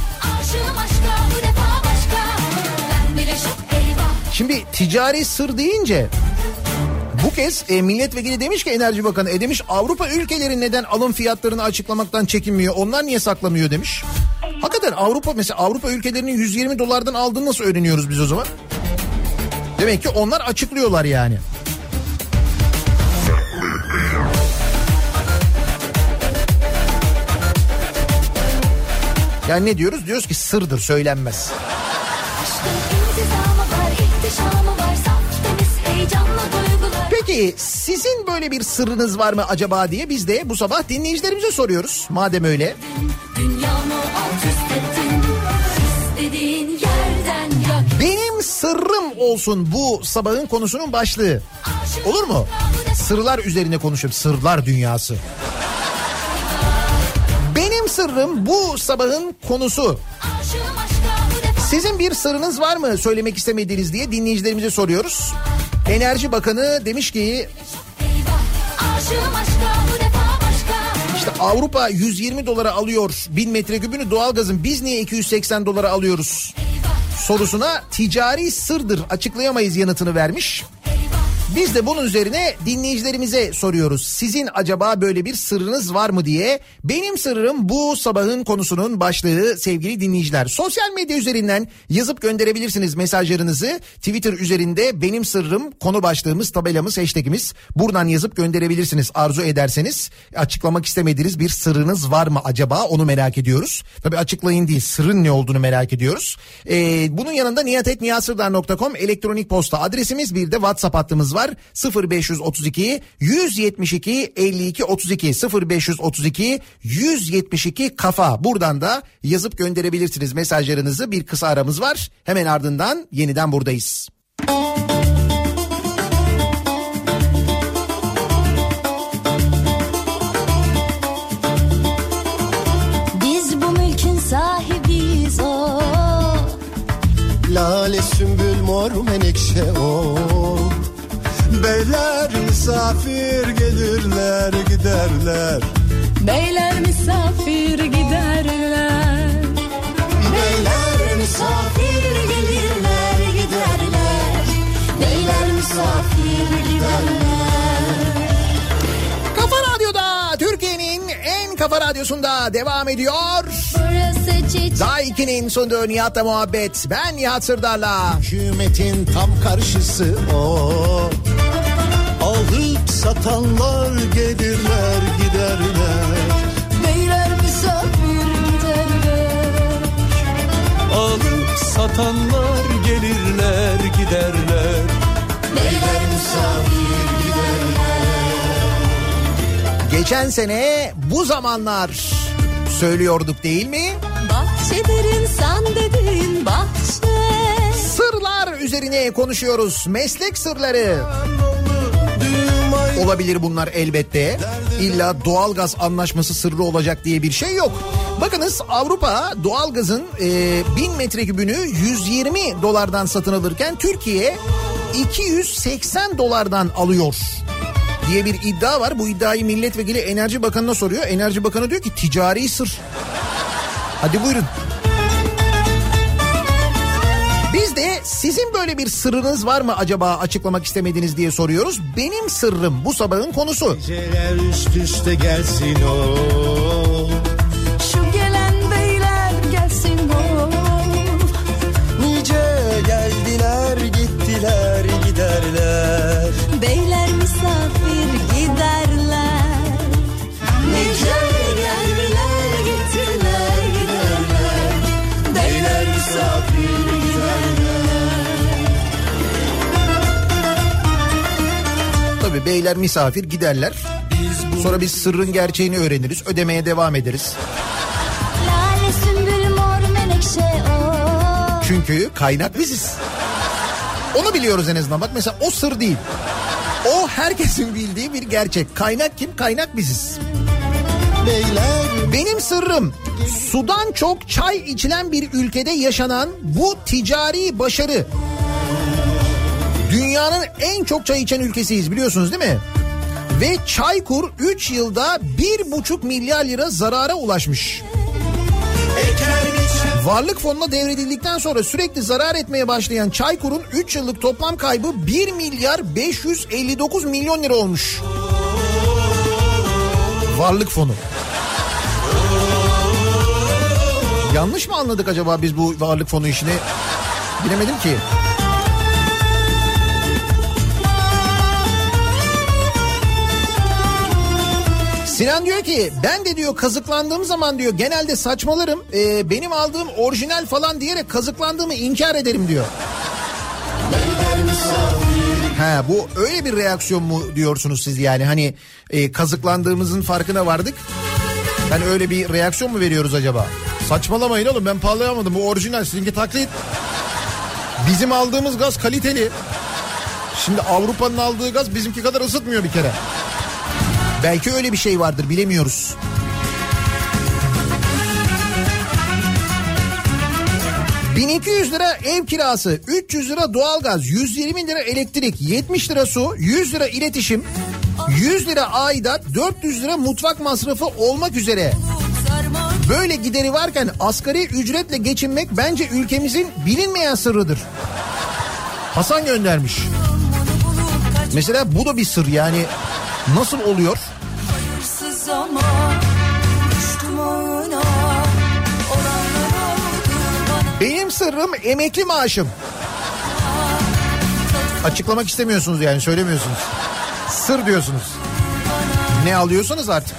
Şimdi ticari sır deyince bu kez milletvekili demiş ki Enerji Bakanı, demiş Avrupa ülkeleri neden alım fiyatlarını açıklamaktan çekinmiyor? Onlar niye saklamıyor demiş. Hakikaten Avrupa, mesela Avrupa ülkelerinin 120 dolardan aldığını nasıl öğreniyoruz biz o zaman? Demek ki onlar açıklıyorlar yani. Yani ne diyoruz? Diyoruz ki sırdır, söylenmez. Peki sizin böyle bir sırrınız var mı acaba diye biz de bu sabah dinleyicilerimize soruyoruz. Madem öyle. Benim sırrım olsun bu sabahın konusunun başlığı. Olur mu? Sırlar üzerine konuşup sırlar dünyası. Benim sırrım bu sabahın konusu. Sizin bir sırrınız var mı söylemek istemediğiniz diye dinleyicilerimize soruyoruz. Enerji Bakanı demiş ki işte Avrupa 120 dolara alıyor 1000 metrekübünü doğalgazın, biz niye 280 dolara alıyoruz sorusuna ticari sırdır, açıklayamayız yanıtını vermiş. Biz de bunun üzerine dinleyicilerimize soruyoruz. Sizin acaba böyle bir sırrınız var mı diye. Benim sırrım bu sabahın konusunun başlığı sevgili dinleyiciler. Sosyal medya üzerinden yazıp gönderebilirsiniz mesajlarınızı. Twitter üzerinde benim sırrım konu başlığımız, tabelamız, hashtagimiz. Buradan yazıp gönderebilirsiniz arzu ederseniz. Açıklamak istemediğiniz bir sırrınız var mı acaba, onu merak ediyoruz. Tabii açıklayın değil, sırrın ne olduğunu merak ediyoruz. Bunun yanında niyatetniyatsırdar.com elektronik posta adresimiz, bir de WhatsApp hattımız var. 0532 172 52 32 0532 172 kafa. Buradan da yazıp gönderebilirsiniz mesajlarınızı. Bir kısa aramız var. Hemen ardından yeniden buradayız. Biz bu mülkün sahibiyiz o. Lale, sümbül, mor, menekşe o. Beyler misafir gelirler giderler. Beyler misafir giderler. Beyler misafir gelirler giderler. Beyler misafir giderler. Kafa Radyo'da, Türkiye'nin en kafa radyosunda devam ediyor. Daha 2'nin sunduğu Nihat'la muhabbet. Ben Nihat Sırdar'la. Hükümetin tam karşısı o. Alıp satanlar gelirler giderler. Beyler misafir giderler. Alıp satanlar gelirler giderler. Beyler misafir giderler. Geçen sene bu zamanlar söylüyorduk değil mi? Bahçedir insan dediğin bahçe. Sırlar üzerine konuşuyoruz. Meslek sırları. Olabilir bunlar elbette. İlla doğalgaz anlaşması sırrı olacak diye bir şey yok. Bakınız, Avrupa doğalgazın 1000 metrekübünü 120 dolardan satın alırken Türkiye 280 dolardan alıyor diye bir iddia var. Bu iddiayı milletvekili Enerji Bakanı'na soruyor. Enerji Bakanı diyor ki ticari sır. Hadi buyurun. Biz de sizin böyle bir sırrınız var mı acaba açıklamak istemediğiniz diye soruyoruz. Benim sırrım bu sabahın konusu. Geceler üst üste gelsin o. Şu gelen beyler gelsin o. Nice geldiler gittiler giderler. beyler misafir giderler. Sonra biz sırrın gerçeğini öğreniriz. Ödemeye devam ederiz. Lale, sümbül, mor, menekşe, o. Çünkü kaynak biziz. Onu biliyoruz en azından. Bak mesela o sır değil. O herkesin bildiği bir gerçek. Kaynak kim? Kaynak biziz. Benim sırrım sudan çok çay içilen bir ülkede yaşanan bu ticari başarı. Dünyanın en çok çay içen ülkesiyiz biliyorsunuz değil mi? Ve Çaykur 3 yılda 1,5 milyar lira zarara ulaşmış. Varlık fonuna devredildikten sonra sürekli zarar etmeye başlayan Çaykur'un 3 yıllık toplam kaybı 1 milyar 559 milyon lira olmuş. Varlık fonu. Yanlış mı anladık acaba biz bu varlık fonu işini? Bilemedim ki. Sinan diyor ki ben de diyor kazıklandığım zaman diyor genelde saçmalarım. Benim aldığım orijinal falan diyerek kazıklandığımı inkar ederim diyor. Ha, bu öyle bir reaksiyon mu diyorsunuz siz yani hani kazıklandığımızın farkına vardık. Yani öyle bir reaksiyon mu veriyoruz acaba? Saçmalamayın oğlum, ben pahalayamadım, bu orijinal, sizinki taklit. Bizim aldığımız gaz kaliteli. Şimdi Avrupa'nın aldığı gaz bizimki kadar ısıtmıyor bir kere. Belki öyle bir şey vardır, bilemiyoruz. $1200 lira ev kirası, 300 lira doğalgaz, 120 lira elektrik, 70 lira su, 100 lira iletişim, 100 lira aidat, 400 lira mutfak masrafı olmak üzere. Böyle gideri varken asgari ücretle geçinmek bence ülkemizin bilinmeyen sırrıdır. Hasan göndermiş. Mesela bu da bir sır yani. Nasıl oluyor? Benim sırrım emekli maaşım. Açıklamak istemiyorsunuz yani, söylemiyorsunuz. Sır diyorsunuz. Ne alıyorsanız artık.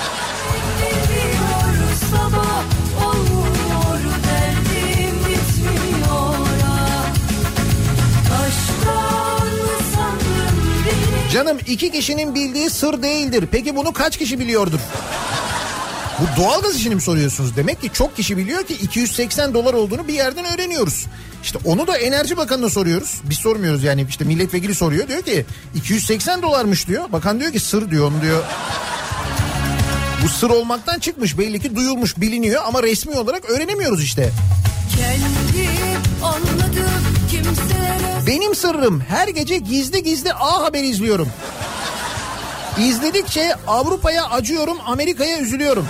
Canım 2 kişinin bildiği sır değildir. Peki bunu kaç kişi biliyordur? Bu doğalgaz işini mi soruyorsunuz? Demek ki çok kişi biliyor ki $280 olduğunu bir yerden öğreniyoruz. İşte onu da Enerji Bakanı'na soruyoruz. Biz sormuyoruz yani, işte milletvekili soruyor. Diyor ki $280'mış diyor. Bakan diyor ki sır diyor, onu diyor. Bu sır olmaktan çıkmış, belli ki duyulmuş, biliniyor ama resmi olarak öğrenemiyoruz işte. Benim sırrım her gece gizli gizli A Haber izliyorum. İzledikçe Avrupa'ya acıyorum, Amerika'ya üzülüyorum.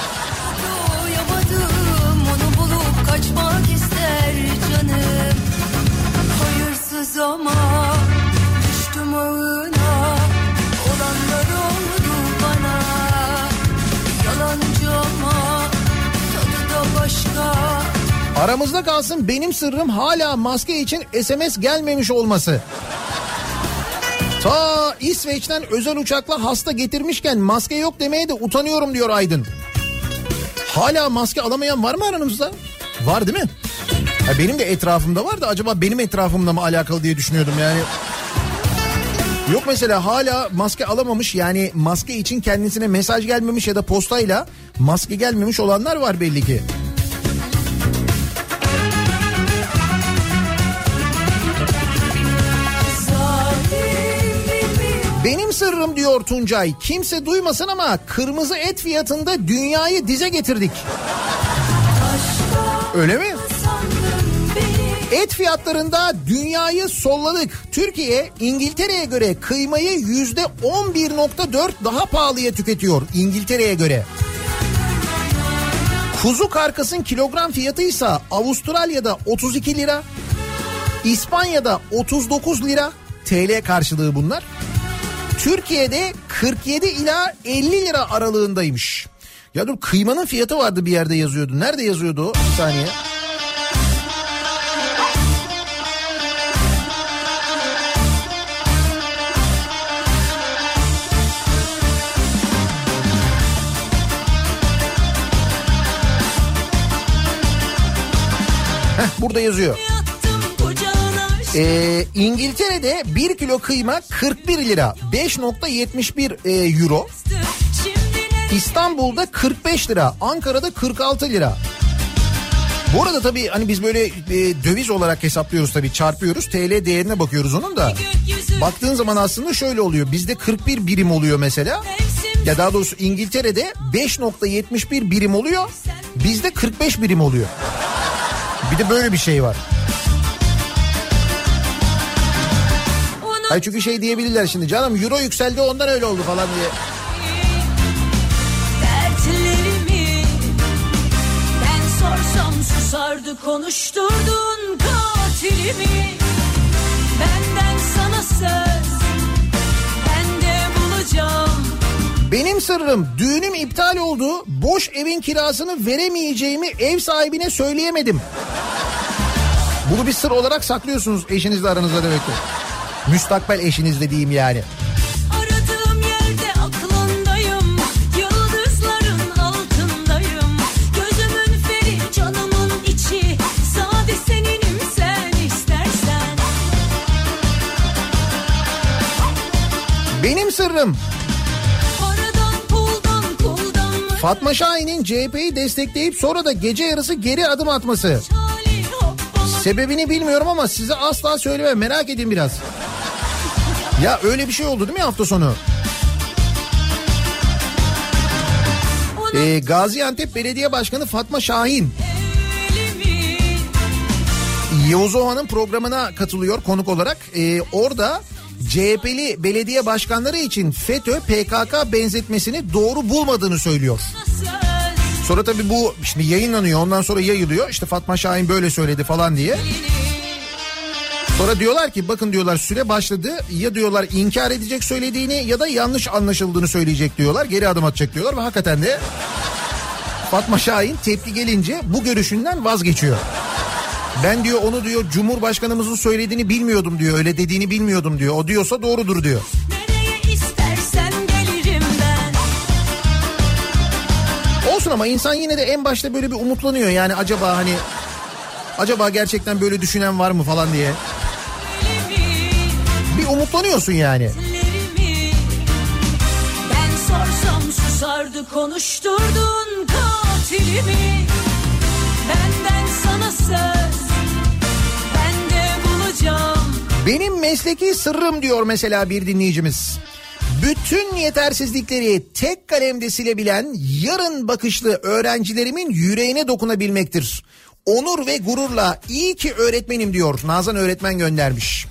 Onu bulup kaçmak ister canım. Hayırsız ama düştüm ağına. Olanlar oldu bana. Yalancı ama tadı da başka. Aramızda kalsın, benim sırrım hala maske için SMS gelmemiş olması. Ta İsveç'ten özel uçakla hasta getirmişken maske yok demeye de utanıyorum diyor Aydın. Hala maske alamayan var mı aranızda? Var değil mi? Ya benim de etrafımda var da acaba benim etrafımda mı alakalı diye düşünüyordum yani. Yok mesela hala maske alamamış, yani maske için kendisine mesaj gelmemiş ya da postayla maske gelmemiş olanlar var belli ki. Benim sırrım diyor Tuncay, kimse duymasın ama kırmızı et fiyatında dünyayı dize getirdik. Öyle mi? Et fiyatlarında dünyayı solladık. Türkiye İngiltere'ye göre kıymayı %11.4 daha pahalıya tüketiyor İngiltere'ye göre. Kuzu karkasın kilogram fiyatıysa Avustralya'da 32 lira, İspanya'da 39 lira TL karşılığı bunlar. Türkiye'de 47 ila 50 lira aralığındaymış. Ya dur, kıymanın fiyatı vardı bir yerde yazıyordu. Nerede yazıyordu o? Bir saniye. Burada yazıyor. İngiltere'de 1 kilo kıyma 41 lira, 5.71 euro. İstanbul'da 45 lira, Ankara'da 46 lira. Bu arada tabii hani biz böyle döviz olarak hesaplıyoruz tabii, çarpıyoruz. TL değerine bakıyoruz onun da. Baktığın zaman aslında şöyle oluyor. Bizde 41 birim oluyor mesela. Ya daha doğrusu İngiltere'de 5.71 birim oluyor. Bizde 45 birim oluyor. Bir de böyle bir şey var. Hayır çünkü şey diyebilirler şimdi, canım euro yükseldi ondan öyle oldu falan diye. Dertlerimi ben sorsam susardı, konuşturdun katilimi. Benden sana söz, ben de bulacağım. Benim sırrım, düğünüm iptal oldu. Boş evin kirasını veremeyeceğimi ev sahibine söyleyemedim. Bunu bir sır olarak saklıyorsunuz eşinizle aranızda demek ki. Müstakbel eşinizle diyeyim yani. Aradığım yerde aklındayım, yıldızların altındayım. Gözümün feri, canımın içi, sade seninim sen istersen. Benim sırrım, Fatma Şahin'in CHP'yi destekleyip sonra da gece yarısı geri adım atması. Sebebini bilmiyorum ama size asla söylemem, merak edin biraz. Ya öyle bir şey oldu değil mi hafta sonu? Gaziantep Belediye Başkanı Fatma Şahin Yavuz Ova'nın programına katılıyor konuk olarak. Orada CHP'li belediye başkanları için FETÖ PKK benzetmesini doğru bulmadığını söylüyor. Sonra tabii bu şimdi yayınlanıyor, ondan sonra yayılıyor. İşte Fatma Şahin böyle söyledi falan diye. Sonra diyorlar ki bakın diyorlar, süre başladı. Ya diyorlar inkar edecek söylediğini ya da yanlış anlaşıldığını söyleyecek diyorlar. Geri adım atacak diyorlar ve hakikaten de Fatma Şahin tepki gelince bu görüşünden vazgeçiyor. Ben diyor onu diyor Cumhurbaşkanımızın söylediğini bilmiyordum diyor. Öyle dediğini bilmiyordum diyor. O diyorsa doğrudur diyor. Nereye istersen gelirim ben. Olsun ama insan yine de en başta böyle bir umutlanıyor. Yani acaba gerçekten böyle düşünen var mı falan diye. Bir umutlanıyorsun yani. Ben sorsam susardı, konuşturdun katilimi. Benden sana söz, ben de bulacağım. Benim mesleki sırrım diyor mesela bir dinleyicimiz. Bütün yetersizlikleri tek kalemde silebilen yarın bakışlı öğrencilerimin yüreğine dokunabilmektir. Onur ve gururla iyi ki öğretmenim diyor. Nazan öğretmen göndermiş.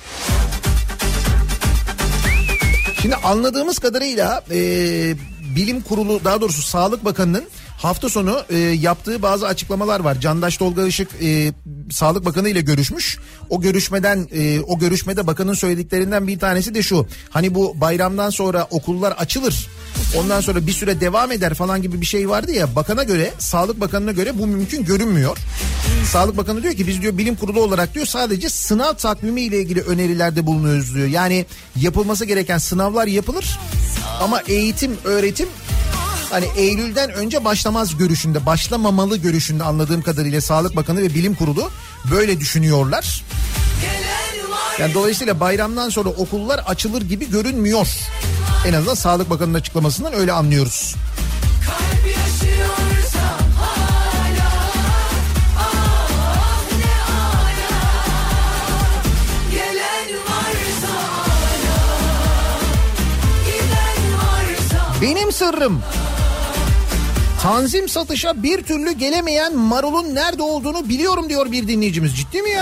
Şimdi anladığımız kadarıyla bilim kurulu, daha doğrusu Sağlık Bakanı'nın hafta sonu yaptığı bazı açıklamalar var. Candaş Tolga Işık Sağlık Bakanı ile görüşmüş. O görüşmede bakanın söylediklerinden bir tanesi de şu. Hani bu bayramdan sonra okullar açılır. Ondan sonra bir süre devam eder falan gibi bir şey vardı ya. Bakana göre, Sağlık Bakanı'na göre bu mümkün görünmüyor. Sağlık Bakanı diyor ki biz diyor bilim kurulu olarak diyor sadece sınav takvimi ile ilgili önerilerde bulunuyoruz diyor. Yani yapılması gereken sınavlar yapılır ama eğitim, öğretim hani Eylül'den önce başlamamalı görüşünde anladığım kadarıyla Sağlık Bakanı ve Bilim Kurulu böyle düşünüyorlar. Yani dolayısıyla bayramdan sonra okullar açılır gibi görünmüyor. En azından Sağlık Bakanı'nın açıklamasından öyle anlıyoruz. Benim sırrım, tanzim satışa bir türlü gelemeyen marulun nerede olduğunu biliyorum diyor bir dinleyicimiz. Ciddi mi ya?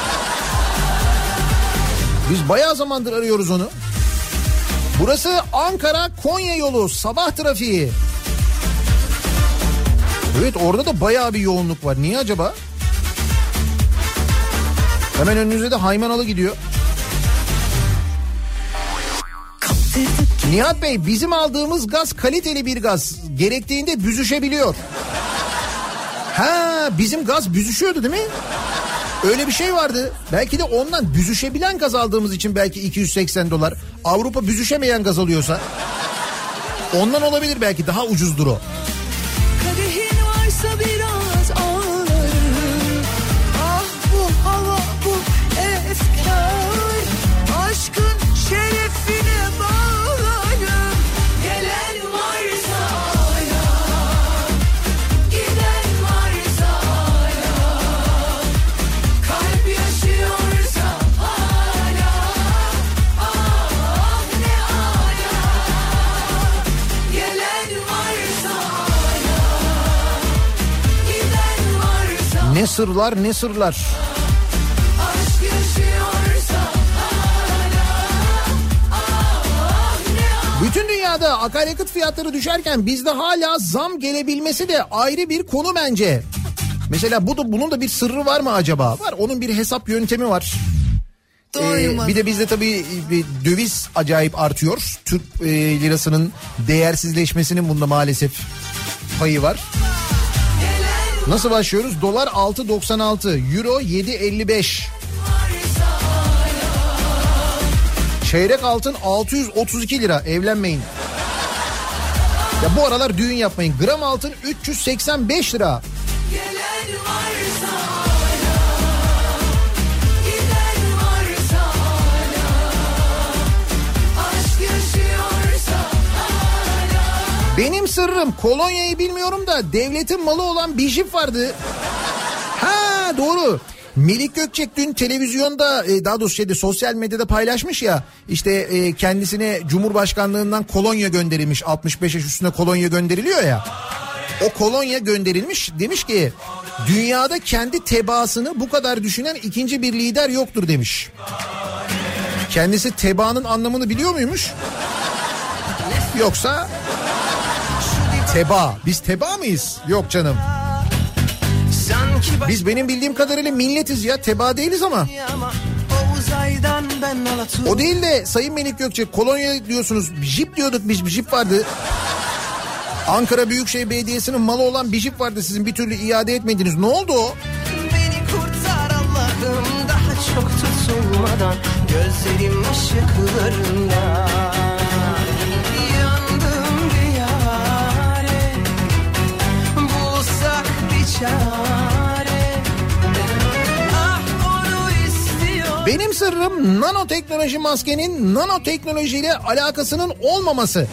Biz bayağı zamandır arıyoruz onu. Burası Ankara-Konya yolu, sabah trafiği. Evet, orada da bayağı bir yoğunluk var. Niye acaba? Hemen önünüzde de Haymanalı gidiyor. Nihat Bey, bizim aldığımız gaz kaliteli bir gaz. Gerektiğinde büzüşebiliyor. Ha, bizim gaz büzüşüyordu değil mi? Öyle bir şey vardı. Belki de ondan büzüşebilen gaz aldığımız için belki $280. Avrupa büzüşemeyen gaz alıyorsa ondan olabilir, belki daha ucuzdur o. Kadehin varsa biraz ağlarım. Ah bu hava bu Ne sırlar ne sırlar. Bütün dünyada akaryakıt fiyatları düşerken bizde hala zam gelebilmesi de ayrı bir konu bence. Mesela bunun da bir sırrı var mı acaba? Var, onun bir hesap yöntemi var. Bir de bizde tabii döviz acayip artıyor. Türk lirasının değersizleşmesinin bunda maalesef payı var. Nasıl başlıyoruz? Dolar 6.96, euro 7.55. Çeyrek altın 632 lira, evlenmeyin. Ya bu aralar düğün yapmayın. Gram altın 385 lira. Benim sırrım, kolonyayı bilmiyorum da devletin malı olan bir jip vardı. Ha doğru. Melik Gökçek dün televizyonda, daha doğrusu sosyal medyada paylaşmış ya, işte kendisine Cumhurbaşkanlığından kolonya gönderilmiş, 65 yaş üstüne kolonya gönderiliyor ya. O kolonya gönderilmiş, demiş ki dünyada kendi tebaasını bu kadar düşünen ikinci bir lider yoktur demiş. Kendisi tebaanın anlamını biliyor muymuş? Yoksa teba, biz teba mıyız? Yok canım. Biz benim bildiğim kadarıyla milletiz ya, teba değiliz ama. O değil de Sayın Melik Gökçek, kolonya diyorsunuz, jip diyorduk biz, bir jip vardı. Ankara Büyükşehir Belediyesi'nin malı olan bir jip vardı, sizin bir türlü iade etmediniz. Ne oldu o? Beni kurtar Allah'ım, daha çok tutulmadan gözlerim ışıklarında. Yandım bir yâre, bulsak bir çare. Ah onu istiyor. Benim sırrım nanoteknoloji maskenin nanoteknolojiyle alakasının olmaması.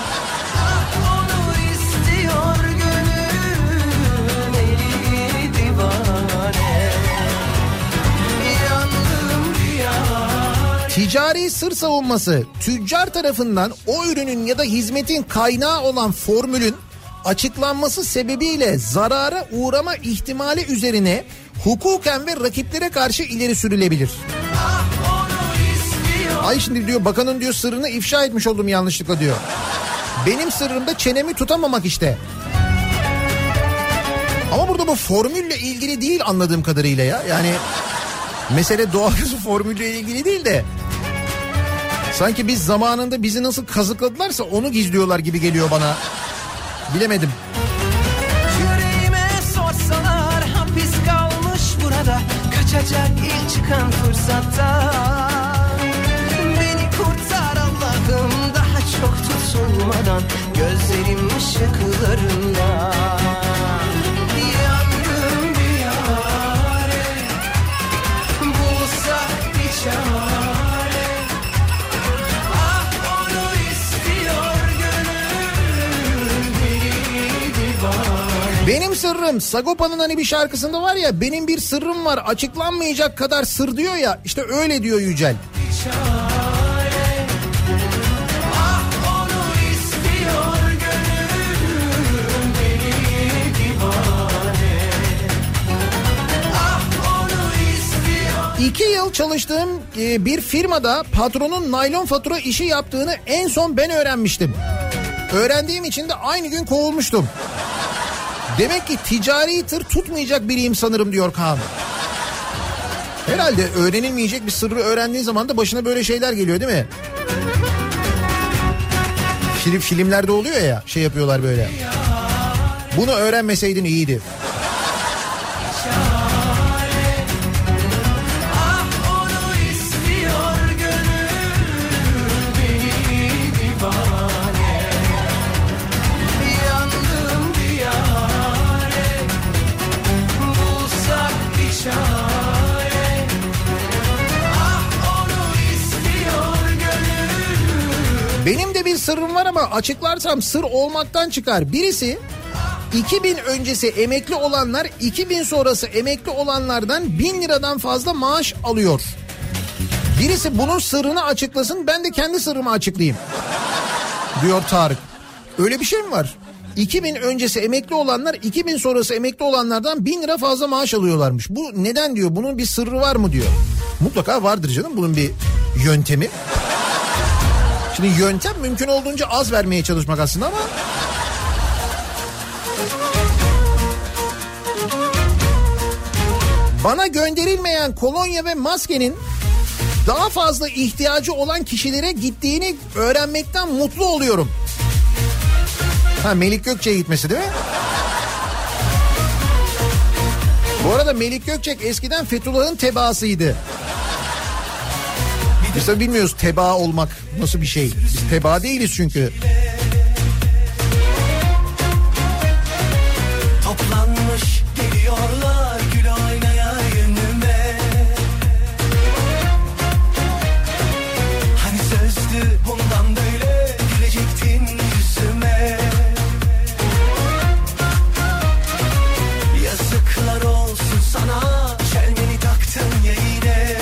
Ticari sır savunması, tüccar tarafından o ürünün ya da hizmetin kaynağı olan formülün açıklanması sebebiyle zarara uğrama ihtimali üzerine hukuken ve rakiplere karşı ileri sürülebilir. Ay şimdi diyor, bakanın diyor sırrını ifşa etmiş oldum yanlışlıkla diyor. Benim sırrım da çenemi tutamamak işte. Ama burada bu formülle ilgili değil anladığım kadarıyla ya. Yani mesele doğalgazı formülle ilgili değil de sanki biz zamanında bizi nasıl kazıkladılarsa onu gizliyorlar gibi geliyor bana. Bilemedim. Yüreğime sorsalar hapis kalmış burada, kaçacak ilk çıkan fırsatta. Beni kurtar Allah'ım, daha çok tutulmadan gözlerim ışıklarında. Yandım bir yâre, bulsak bir çare. Benim sırrım, Sagopa'nın hani bir şarkısında var ya, benim bir sırrım var açıklanmayacak kadar sır diyor ya, işte öyle diyor Yücel. İki yıl çalıştığım bir firmada patronun naylon fatura işi yaptığını en son ben öğrenmiştim. Öğrendiğim için de aynı gün kovulmuştum. Demek ki ticari tır tutmayacak biriyim sanırım diyor Kaan. Herhalde öğrenilmeyecek bir sırrı öğrendiğin zaman da başına böyle şeyler geliyor değil mi? Filmlerde oluyor ya, şey yapıyorlar böyle. Bunu öğrenmeseydin iyiydi. Benim de bir sırrım var ama açıklarsam sır olmaktan çıkar. Birisi 2000 öncesi emekli olanlar 2000 sonrası emekli olanlardan 1000 liradan fazla maaş alıyor. Birisi bunun sırrını açıklasın, ben de kendi sırrımı açıklayayım diyor Tarık. Öyle bir şey mi var? 2000 öncesi emekli olanlar 2000 sonrası emekli olanlardan 1000 lira fazla maaş alıyorlarmış. Bu neden diyor? Bunun bir sırrı var mı diyor. Mutlaka vardır canım bunun bir yöntemi. Şimdi yöntem mümkün olduğunca az vermeye çalışmak aslında ama... Bana gönderilmeyen kolonya ve maskenin daha fazla ihtiyacı olan kişilere gittiğini öğrenmekten mutlu oluyorum. Ha, Melik Gökçek'e gitmesi değil mi? Bu arada Melik Gökçek eskiden Fethullah'ın tebaasıydı. Biz tabii bilmiyoruz tebaa olmak nasıl bir şey. Biz tebaa değiliz çünkü. Toplanmış geliyorlar gül oynaya yönüme. Hani sözdü bundan böyle gülecektin yüzüme. Yazıklar olsun sana, çelmeni taktın ya yine.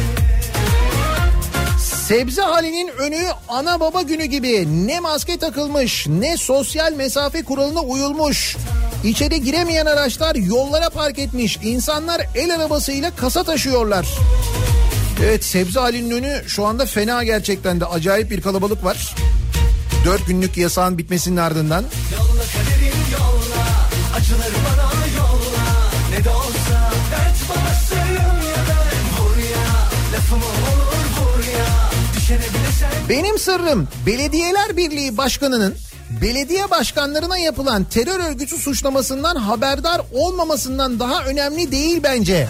Sebze halinin önü ana baba günü gibi, ne maske takılmış ne sosyal mesafe kuralına uyulmuş. İçeri giremeyen araçlar yollara park etmiş. İnsanlar el arabasıyla kasa taşıyorlar. Evet, sebze halinin önü şu anda fena, gerçekten de acayip bir kalabalık var. 4 günlük yasağın bitmesinin ardından. Yolla kaderim yolla, acıları bana yolla. Ne de olsa dert babasıyım ya ben. Vur ya, lafımı olur vur ya. Düşene bile sen. Benim sırrım Belediyeler Birliği Başkanı'nın belediye başkanlarına yapılan terör örgütü suçlamasından haberdar olmamasından daha önemli değil bence.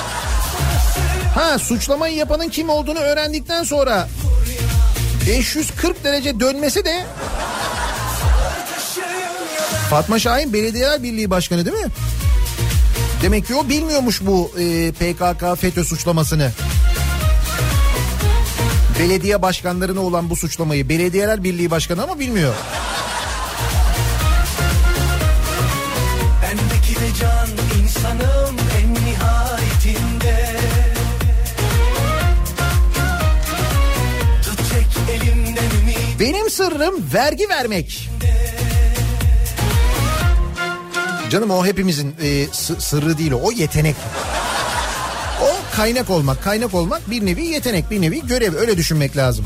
Ha, suçlamayı yapanın kim olduğunu öğrendikten sonra 540 derece dönmesi de... Fatma Şahin Belediyeler Birliği Başkanı değil mi? Demek ki o bilmiyormuş bu PKK FETÖ suçlamasını. Belediye başkanlarına olan bu suçlamayı. Belediyeler Birliği Başkanı ama bilmiyor. Bendeki de can insanım en nihayetinde. Tut çek elimden ümit. Benim sırrım vergi vermek. Canım o hepimizin sırrı değil, o yetenek. O kaynak olmak bir nevi yetenek, bir nevi görev, öyle düşünmek lazım.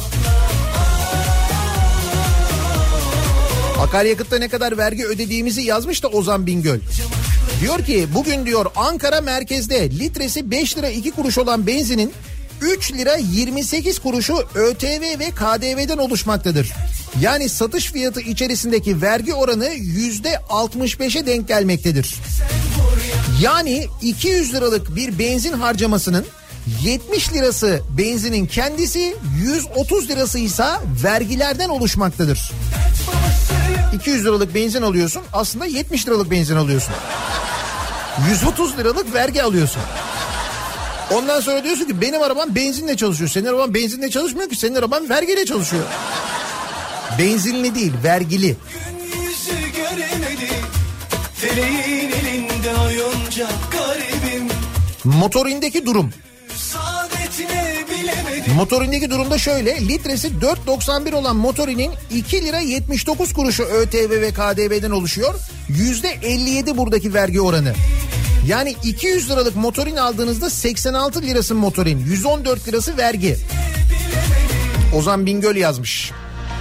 Akaryakıtta ne kadar vergi ödediğimizi yazmış da Ozan Bingöl. Diyor ki bugün diyor Ankara merkezde litresi 5 lira 2 kuruş olan benzinin 3 lira 28 kuruşu ÖTV ve KDV'den oluşmaktadır. Yani satış fiyatı içerisindeki vergi oranı %65'e denk gelmektedir. Yani 200 liralık bir benzin harcamasının 70 lirası benzinin kendisi, 130 lirası ise vergilerden oluşmaktadır. 200 liralık benzin alıyorsun, aslında 70 liralık benzin alıyorsun. 130 liralık vergi alıyorsun. Ondan sonra diyorsun ki benim arabam benzinle çalışıyor. Senin araban benzinle çalışmıyor ki, senin araban vergiyle çalışıyor. Benzinli değil, vergili. Gün yüzü göremedi. Feleğin elinden oyunca garibim. Motorindeki durum. Saadetine bilemedim. Motorindeki durumda şöyle: litresi 4.91 olan motorinin 2 lira 79 kuruşu ÖTV ve KDV'den oluşuyor. %57 buradaki vergi oranı. Yani 200 liralık motorin aldığınızda 86 lirası motorin, 114 lirası vergi. Ozan Bingöl yazmış.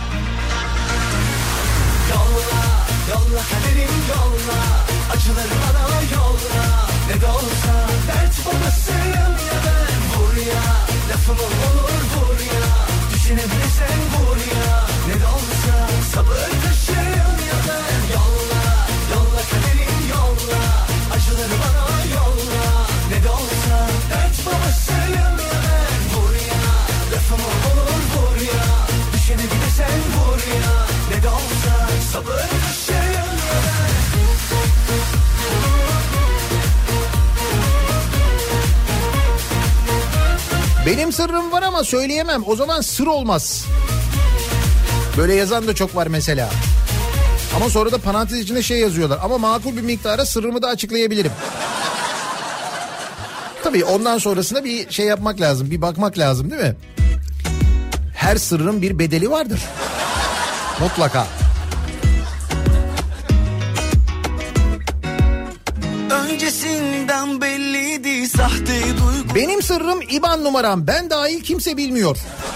Yolla kaderim yolla, acıları bana yolla. Ne de olsa dert babasıyım ya ben. Vur ya, lafımı olur vur ya. Düşünebilirsen vur ya. Ne de olsa sabır taşıyım ya ben. Yolla kaderim yolla, acıları bana yolla. Ne de olsa dert babasıyım ya ben. Vur ya, lafımı olur vur ya. Düşünebilirsen vur ya. Ne de olsa sabır taşıyım ya ben. Benim sırrım var ama söyleyemem, o zaman sır olmaz. Böyle yazan da çok var mesela. Ama sonra da parantez içinde şey yazıyorlar. Ama makul bir miktara sırrımı da açıklayabilirim. Tabii ondan sonrasında bir şey yapmak lazım, bir bakmak lazım değil mi? Her sırrın bir bedeli vardır. Mutlaka. Öncesinden belliydi sahte duygu. Benim sırrım IBAN numaram. Ben dahil kimse bilmiyor.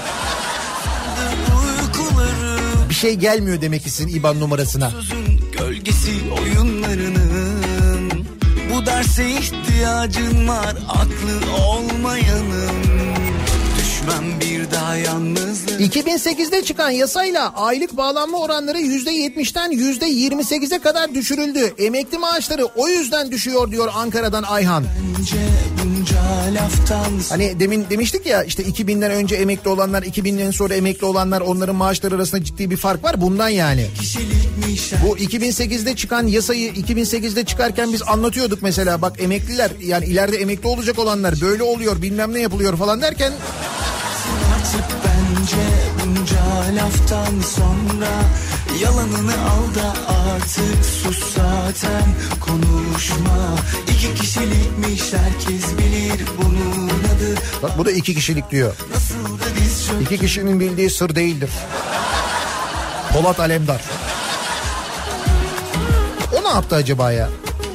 Bir şey gelmiyor demek ki sizin IBAN numarasına. Sözün gölgesi oyunlarının. Bu derse ihtiyacın var, aklı olmayanın. Düşmem bir daha yalnızlık. 2008'de çıkan yasayla aylık bağlanma oranları %70'ten %28'e kadar düşürüldü. Emekli maaşları o yüzden düşüyor diyor Ankara'dan Ayhan. Hani demin demiştik ya işte 2000'den önce emekli olanlar, 2000'den sonra emekli olanlar, onların maaşları arasında ciddi bir fark var. Bundan yani. Bu 2008'de çıkan yasayı 2008'de çıkarken biz anlatıyorduk mesela, bak emekliler yani ileride emekli olacak olanlar böyle oluyor, bilmem ne yapılıyor falan derken. Artık bence bunca laftan sonra yalanını al da artık sus zaten, konuşma. 2 kişilikmiş, herkes bilir bunun adı. Bak bu da 2 kişilik diyor. 2 kişinin bildiği sır değildir. Polat Alemdar. O ne yaptı acaba ya?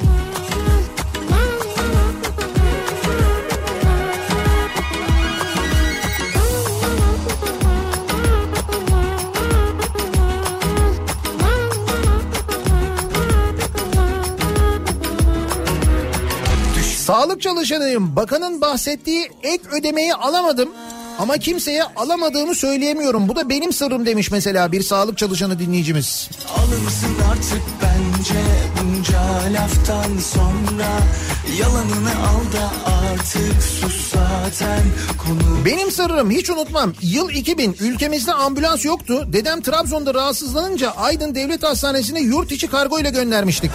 Sağlık çalışanıyım. Bakanın bahsettiği ek ödemeyi alamadım ama kimseye alamadığımı söyleyemiyorum. Bu da benim sırrım demiş mesela bir sağlık çalışanı dinleyicimiz. Alınsın artık bence bunca laftan sonra yalanını al da artık sus zaten, konu. Benim sırrım hiç unutmam. Yıl 2000, ülkemizde ambulans yoktu. Dedem Trabzon'da rahatsızlanınca Aydın Devlet Hastanesi'ne yurt içi kargo ile göndermiştik.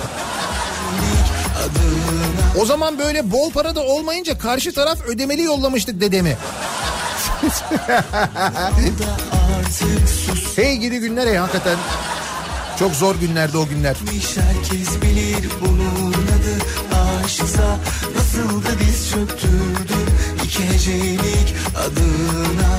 O zaman böyle bol para da olmayınca karşı taraf ödemeli yollamıştık dedemi. Hey gidi günler ya, hakikaten. Çok zor günlerdi o günler. Herkes bilir bunun adı aşksa, nasıl da diz çöktürdü 2 hecelik adına.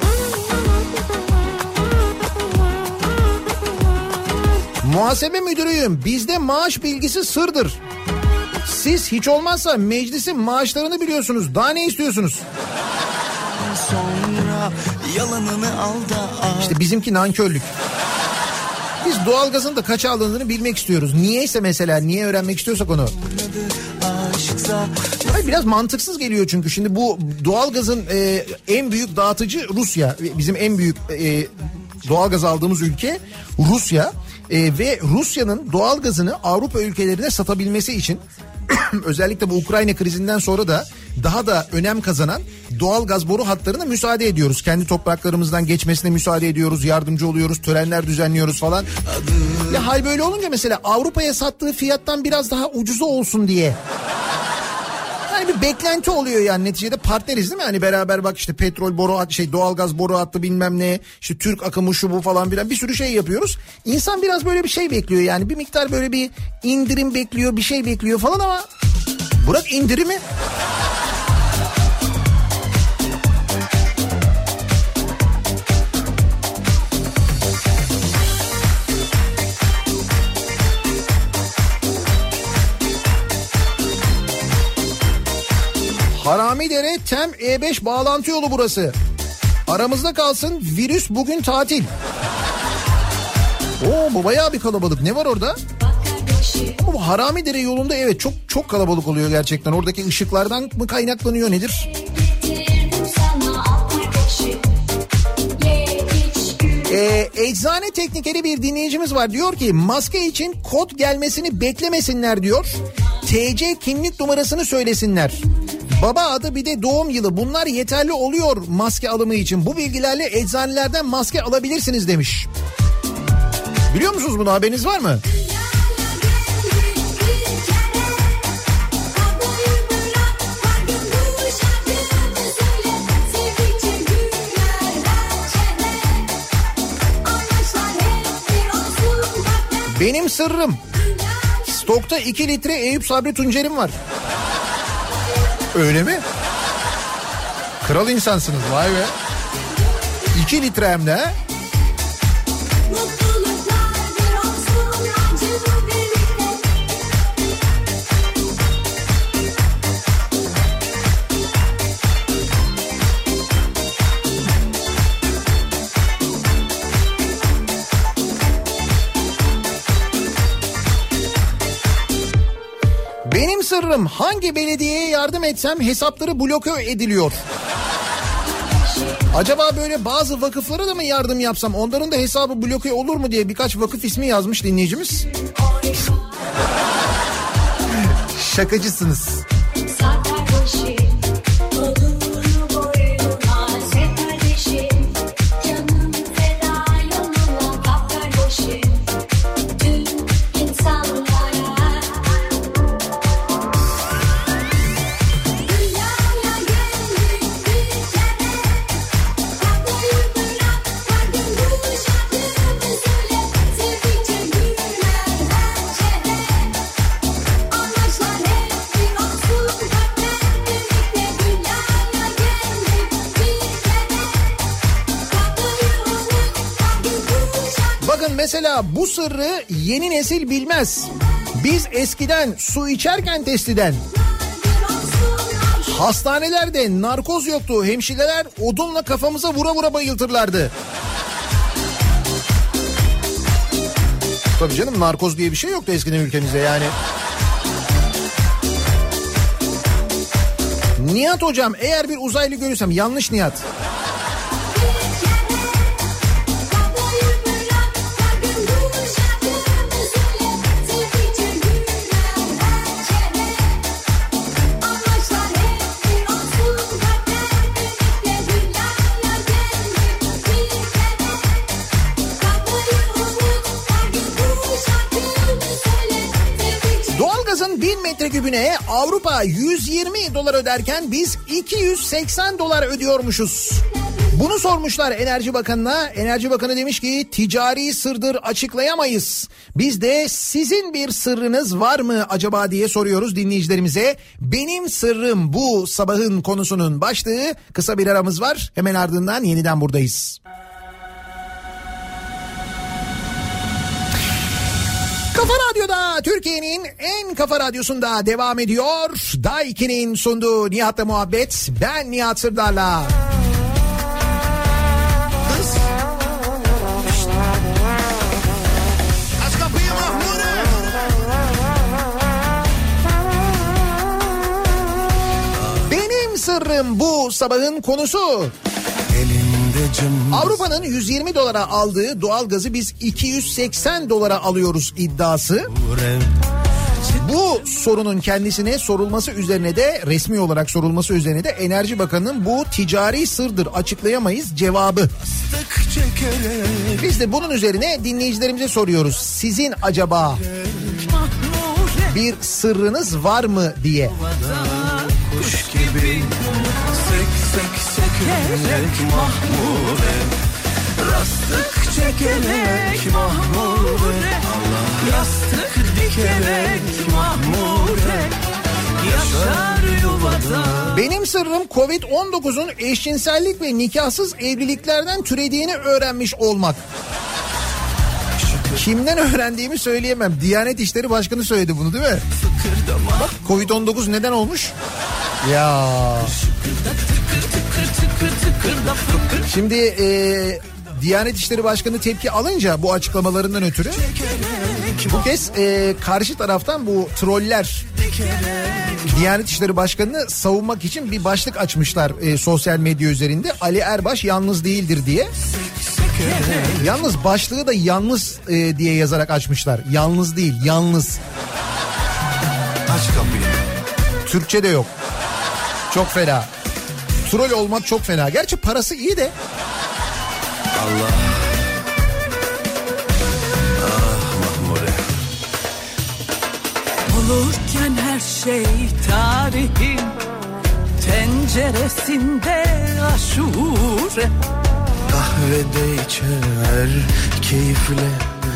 Muhasebe müdürüyüm. Bizde maaş bilgisi sırdır. Siz hiç olmazsa meclisin maaşlarını biliyorsunuz. Daha ne istiyorsunuz? Sonra yalanını al da İşte bizimki nankörlük. Biz doğalgazın da kaça alındığını bilmek istiyoruz. Niyeyse mesela, niye öğrenmek istiyorsak onu. Hayır, biraz mantıksız geliyor çünkü şimdi bu doğalgazın en büyük dağıtıcı Rusya. Bizim en büyük doğalgaz aldığımız ülke Rusya. Ve Rusya'nın doğalgazını Avrupa ülkelerine satabilmesi için özellikle bu Ukrayna krizinden sonra da daha da önem kazanan doğalgaz boru hatlarına müsaade ediyoruz. Kendi topraklarımızdan geçmesine müsaade ediyoruz, yardımcı oluyoruz, törenler düzenliyoruz falan. Ya hal böyle olunca mesela Avrupa'ya sattığı fiyattan biraz daha ucuza olsun diye. Yani bir beklenti oluyor yani, neticede partneriz değil mi? Hani beraber bak işte petrol boru hattı, doğalgaz boru hattı bilmem ne, işte Türk akımı şu bu falan filan, bir sürü şey yapıyoruz. İnsan biraz böyle bir şey bekliyor yani, bir miktar böyle bir indirim bekliyor, bir şey bekliyor falan ama bırak indirimi. Haramidere Tem E5 bağlantı yolu burası. Aramızda kalsın, virüs bugün tatil. Oo, bu bayağı bir kalabalık. Ne var orada? Ama bu Haramidere yolunda evet çok kalabalık oluyor gerçekten. Oradaki ışıklardan mı kaynaklanıyor, nedir? Eczane teknikeri bir dinleyicimiz var. Diyor ki maske için kod gelmesini beklemesinler diyor. TC kimlik numarasını söylesinler. Baba adı bir de doğum yılı, bunlar yeterli oluyor maske alımı için. Bu bilgilerle eczanelerden maske alabilirsiniz demiş. Biliyor musunuz bunu, haberiniz var mı? Benim sırrım, stokta 2 litre Eyüp Sabri Tuncer'im var. Öyle mi? Kral insansınız, vay be. 2 litre hem de. Benim sırrım, hangi belediyeye yardım etsem hesapları bloke ediliyor. Acaba böyle bazı vakıflara da mı yardım yapsam, onların da hesabı bloke olur mu diye birkaç vakıf ismi yazmış dinleyicimiz. Şakacısınız. Mesela bu sırrı yeni nesil bilmez. Biz eskiden su içerken testiden, hastanelerde narkoz yoktu. Hemşireler odunla kafamıza vura vura bayıltırlardı. Tabii canım, narkoz diye bir şey yoktu eskiden ülkemizde yani. Nihat hocam, eğer bir uzaylı görürsem, yanlış Nihat. Doğalgazın 1000 metrekübüne Avrupa 120 dolar öderken biz 280 dolar ödüyormuşuz. Bunu sormuşlar Enerji Bakanı'na. Enerji Bakanı demiş ki ticari sırdır, açıklayamayız. Biz de sizin bir sırrınız var mı acaba diye soruyoruz dinleyicilerimize. Benim sırrım bu sabahın konusunun başlığı. Kısa bir aramız var. Hemen ardından yeniden buradayız. Kafa Radyo'da, Türkiye'nin en kafa radyosunda devam ediyor. Daiki'nin sunduğu Nihat'la muhabbet. Ben Nihat Sırdar'la. Aç kapıyı Mahmure. Benim sırrım bu sabahın konusu. Avrupa'nın 120 dolara aldığı doğalgazı biz 280 dolara alıyoruz iddiası. Bu sorunun kendisine sorulması üzerine de, resmi olarak sorulması üzerine de Enerji Bakanı'nın bu ticari sırdır, açıklayamayız cevabı. Biz de bunun üzerine dinleyicilerimize soruyoruz. Sizin acaba bir sırrınız var mı diye. Kuş gibi sekerek Mahmure, rastık çekerek Mahmure, yastık dikerek Mahmure, yaşar yuvada. Benim sırrım Covid-19'un eşcinsellik ve nikahsız evliliklerden türediğini öğrenmiş olmak. Kimden öğrendiğimi söyleyemem. Diyanet İşleri Başkanı söyledi bunu, değil mi? Bak, Covid-19 neden olmuş? Ya. Şimdi Diyanet İşleri Başkanı tepki alınca bu açıklamalarından ötürü bu kez karşı taraftan bu troller Diyanet İşleri Başkanı'nı savunmak için bir başlık açmışlar sosyal medya üzerinde. Ali Erbaş yalnız değildir diye. Yalnız başlığı da yalnız diye yazarak açmışlar. Yalnız değil, yalnız. Aç kapıyı. Türkçe de yok. Çok fena. Troll olmak çok fena. Gerçi parası iyi de. Allah. Ah Mahmure. Olurken her şey tarihin tenceresinde aşure. Kahvede içer keyifle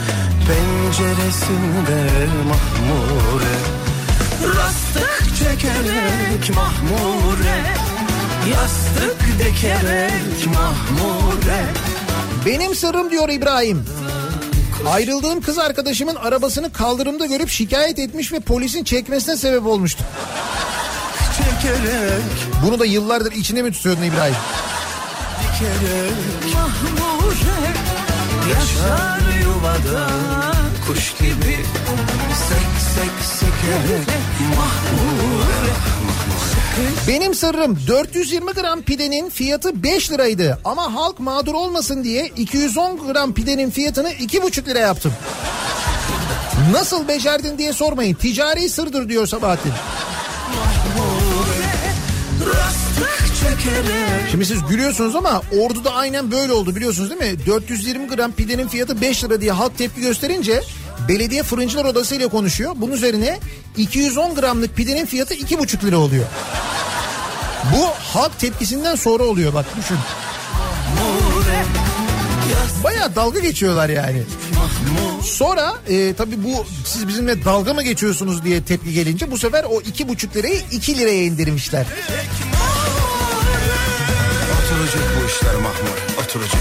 penceresinde Mahmure, rastık çekerek Mahmure, yastık dikerek Mahmure. Benim sırrım diyor İbrahim. Ayrıldığım kız arkadaşımın arabasını kaldırımda görüp şikayet etmiş ve polisin çekmesine sebep olmuştu. Çekerek. Bunu da yıllardır içine mi tutuyordun İbrahim? Mahmure, yaşar yuvada kuş gibi Sek sekerek Benim sırrım 420 gram pidenin fiyatı 5 liraydı. Ama halk mağdur olmasın diye 210 gram pidenin fiyatını 2,5 lira yaptım. Nasıl becerdin diye sormayın. Ticari sırdır diyor Sabahattin. Şimdi siz gülüyorsunuz ama Ordu'da aynen böyle oldu biliyorsunuz değil mi? 420 gram pidenin fiyatı 5 lira diye halk tepki gösterince belediye fırıncılar odası ile konuşuyor. Bunun üzerine 210 gramlık pidenin fiyatı 2,5 lira oluyor. Bu halk tepkisinden sonra oluyor bak düşün. Bayağı dalga geçiyorlar yani. Sonra tabii bu siz bizimle dalga mı geçiyorsunuz diye tepki gelince bu sefer o 2,5 lirayı 2 liraya indirmişler. Oturacak bu işler Mahmur, oturacak.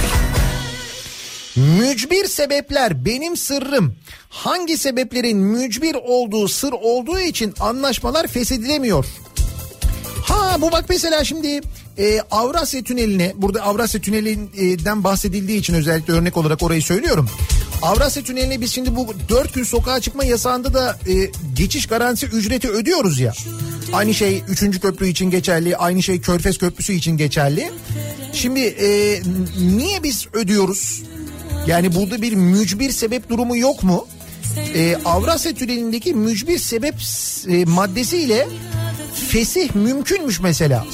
Mücbir sebepler benim sırrım. Hangi sebeplerin mücbir olduğu sır olduğu için anlaşmalar feshedilemiyor. Ha bu bak mesela şimdi Avrasya Tüneli'ne, burada Avrasya Tüneli'nden bahsedildiği için özellikle örnek olarak orayı söylüyorum. Avrasya Tüneli'ne biz şimdi bu 4 gün sokağa çıkma yasağında da geçiş garantisi ücreti ödüyoruz ya. Aynı şey 3. köprü için geçerli, aynı şey Körfez Köprüsü için geçerli. Şimdi niye biz ödüyoruz? Yani burada bir mücbir sebep durumu yok mu? Avrasya Tüneli'ndeki mücbir sebep maddesiyle fesih mümkünmüş mesela.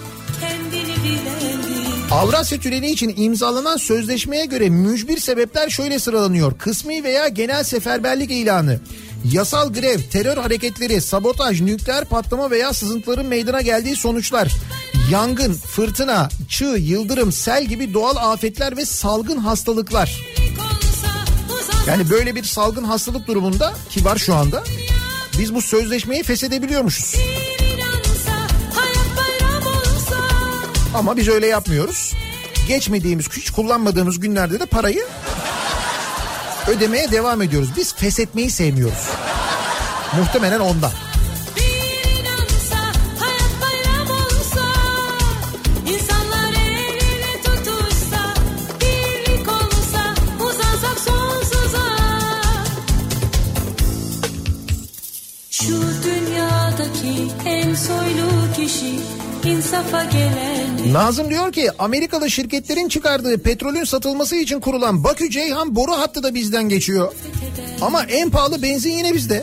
Avrasya Tüneli için imzalanan sözleşmeye göre mücbir sebepler şöyle sıralanıyor. Kısmi veya genel seferberlik ilanı, yasal grev, terör hareketleri, sabotaj, nükleer patlama veya sızıntıların meydana geldiği sonuçlar, yangın, fırtına, çığ, yıldırım, sel gibi doğal afetler ve salgın hastalıklar. Yani böyle bir salgın hastalık durumunda ki var şu anda biz bu sözleşmeyi feshedebiliyormuşuz. Ama biz öyle yapmıyoruz. Geçmediğimiz, hiç kullanmadığımız günlerde de parayı ödemeye devam ediyoruz. Biz feshetmeyi sevmiyoruz. Muhtemelen ondan. Şu dünyadaki en soylu kişi insafa gelen. Nazım diyor ki Amerikalı şirketlerin çıkardığı petrolün satılması için kurulan Bakü-Ceyhan boru hattı da bizden geçiyor. Ama en pahalı benzin yine bizde.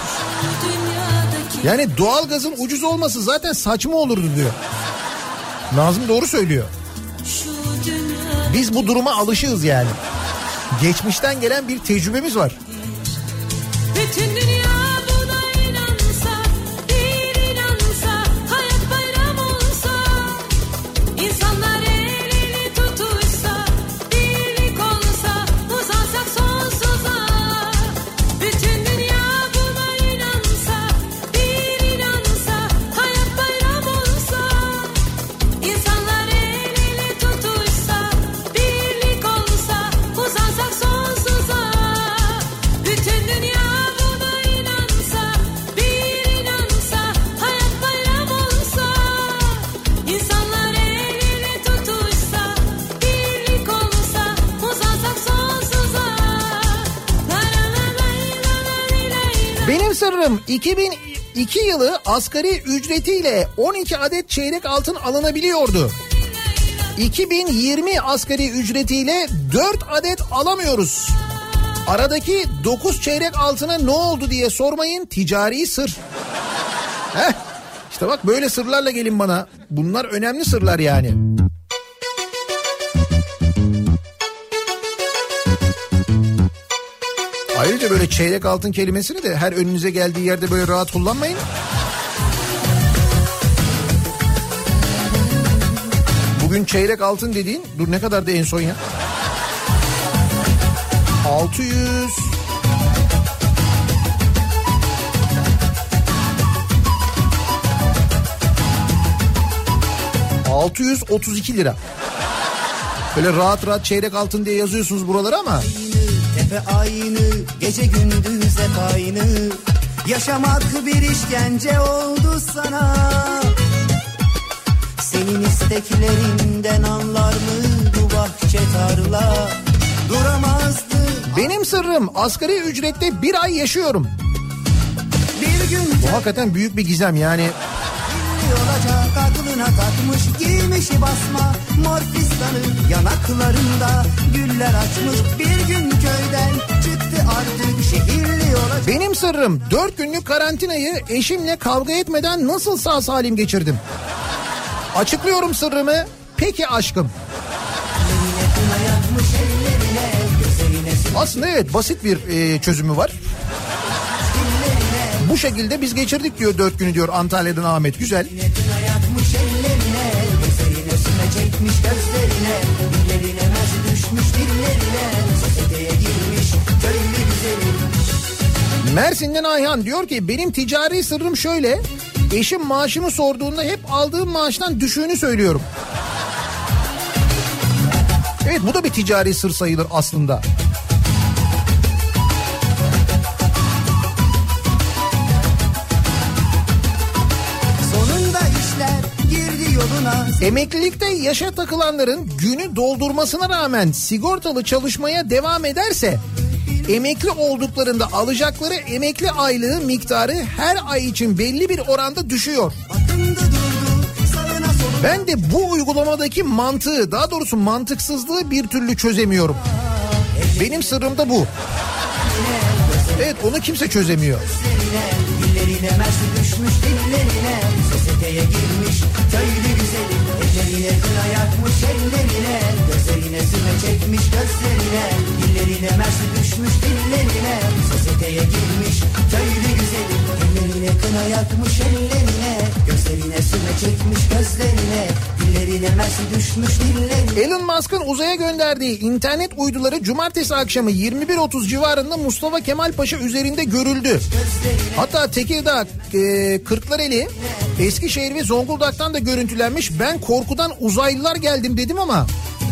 Yani doğalgazın ucuz olması zaten saçma olurdu diyor. Nazım doğru söylüyor. Biz bu duruma alışığız yani. Geçmişten gelen bir tecrübemiz var. Bütün dünya buna inansa, bir inansa, hayat bayram olsa, insanlar el ele tutuşsa, birlik olsa, uzansak sonsuza. Bütün dünya buna inansa, bir inansa, hayat bayram olsa, insanlar el ele tutuşsa, birlik olsa, uzansak sonsuza. Bütün dünya benim sırrım 2002 yılı asgari ücretiyle 12 adet çeyrek altın alınabiliyordu. 2020 asgari ücretiyle 4 adet alamıyoruz. Aradaki 9 çeyrek altına ne oldu diye sormayın, ticari sır. İşte bak böyle sırlarla gelin bana. Bunlar önemli sırlar yani. Ayrıca böyle çeyrek altın kelimesini de her önünüze geldiği yerde böyle rahat kullanmayın. Bugün çeyrek altın dediğin, dur ne kadardı en son ya? 632 lira. Böyle rahat rahat çeyrek altın diye yazıyorsunuz buralara ama. Tepe aynı, gece gündüz hep aynı. Yaşamak bir işkence oldu sana. Senin isteklerinden anlar mı bu bahçe tarla? Duramazdı. Benim sırrım asgari ücretle bir ay yaşıyorum. Bir gün bu hakikaten büyük bir gizem yani. olacak, aklına takmış, giymişi basma mor fistanı, yanaklarında güller açmış. Bir gün köyden çıktı artık şehirli olacak. Benim sırrım 4 günlük karantinayı eşimle kavga etmeden nasıl sağ salim geçirdim. Açıklıyorum sırrımı. Peki aşkım. Aslında evet, basit bir çözümü var. Bu şekilde biz geçirdik diyor 4 günü diyor Antalya'dan Ahmet. Güzel. Mersin'den Ayhan diyor ki benim ticari sırrım şöyle. Eşim maaşımı sorduğunda hep aldığım maaştan düşüğünü söylüyorum. Evet, bu da bir ticari sır sayılır aslında. Sonunda işler girdi yoluna. Emeklilikte yaşa takılanların günü doldurmasına rağmen sigortalı çalışmaya devam ederse emekli olduklarında alacakları emekli aylığı miktarı her ay için belli bir oranda düşüyor. Ben de bu uygulamadaki mantığı, daha doğrusu mantıksızlığı bir türlü çözemiyorum. Benim sırrım da bu. Evet, onu kimse çözemiyor. Dillerine mersi düşmüş dillerine, sosyeteye girmiş köylü güzelim. Ellerine kına yakmış ellerine, gözlerine süme çekmiş gözlerine. Dillerine mersi düşmüş dillerine, sosyeteye girmiş köylü güzelim. Ellerine kına yakmış ellerine, gözlerine süme çekmiş gözlerine. Dillerine mersi düşmüş dillerine. Elon Musk'ın uzaya gönderdiği internet uyduları cumartesi akşamı 21.30 civarında Mustafa Kemal Paşa üzerinde görüldü. Hatta Tekirdağ, Kırklareli, Eskişehir ve Zonguldak'tan da görüntülenmiş. Ben korkudan uzaylılar geldim dedim ama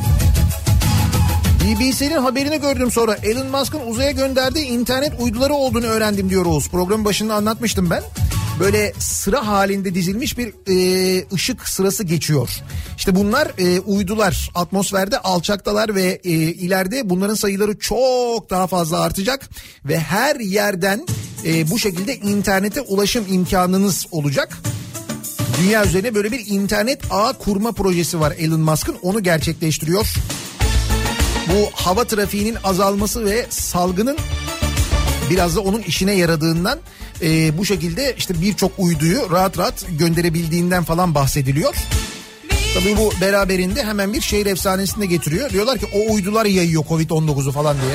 BBC'nin haberini gördüm sonra. Elon Musk'ın uzaya gönderdiği internet uyduları olduğunu öğrendim diyor Oğuz. Programın başında anlatmıştım ben. Böyle sıra halinde dizilmiş bir ışık sırası geçiyor. İşte bunlar uydular, atmosferde alçaktalar ve ileride bunların sayıları çok daha fazla artacak. Ve her yerden bu şekilde internete ulaşım imkanınız olacak. Dünya üzerine böyle bir internet ağı kurma projesi var Elon Musk'ın, onu gerçekleştiriyor. Bu hava trafiğinin azalması ve salgının biraz da onun işine yaradığından bu şekilde işte birçok uyduyu rahat rahat gönderebildiğinden falan bahsediliyor. Tabii bu beraberinde hemen bir şehir efsanesini de getiriyor. Diyorlar ki o uydular yayıyor Covid-19'u falan diye.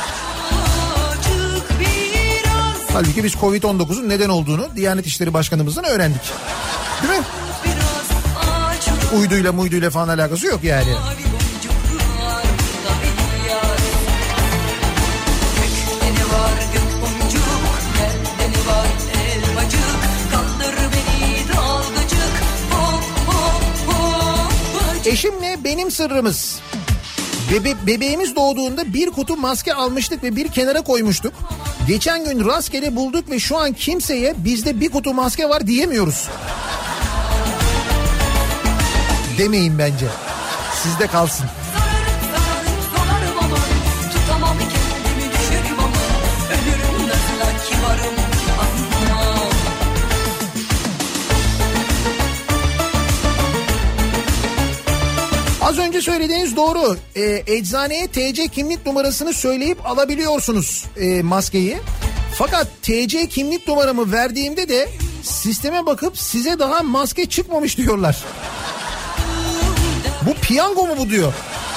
Halbuki biz Covid-19'un neden olduğunu Diyanet İşleri Başkanımızdan öğrendik. Değil mi? Uyduyla falan alakası yok yani. Eşimle benim sırrımız. Bebeğimiz doğduğunda bir kutu maske almıştık ve bir kenara koymuştuk. Geçen gün rastgele bulduk ve şu an kimseye bizde bir kutu maske var diyemiyoruz. Demeyin bence. Sizde kalsın. Az önce söylediğiniz doğru. Eczaneye TC kimlik numarasını söyleyip alabiliyorsunuz maskeyi. Fakat TC kimlik numaramı verdiğimde de sisteme bakıp size daha maske çıkmamış diyorlar. Bu piyango mu bu diyor.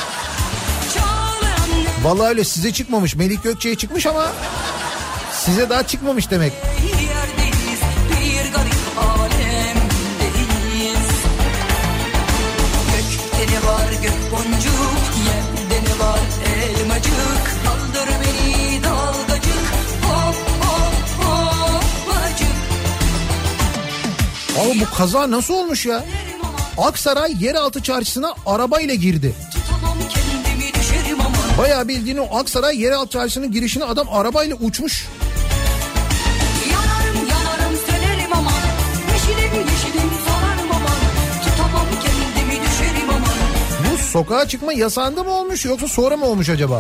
Vallahi öyle, size çıkmamış. Melik Gökçe'ye çıkmış ama size daha çıkmamış demek. Var gök boncuk, yerde ne var elmacık, kaldır beni dalgacık, hop hop hopacık. Abi bu kaza nasıl olmuş ya? Aksaray yeraltı çarşısına arabayla girdi. Bayağı bildiğin o Aksaray yeraltı çarşısının girişine adam arabayla uçmuş. Yanarım yanarım sönerim aman, yeşilim yeşilim solarım aman, tutamam kendimi düşerim aman. Bu sokağa çıkma yasağında mı olmuş yoksa sonra mı olmuş acaba?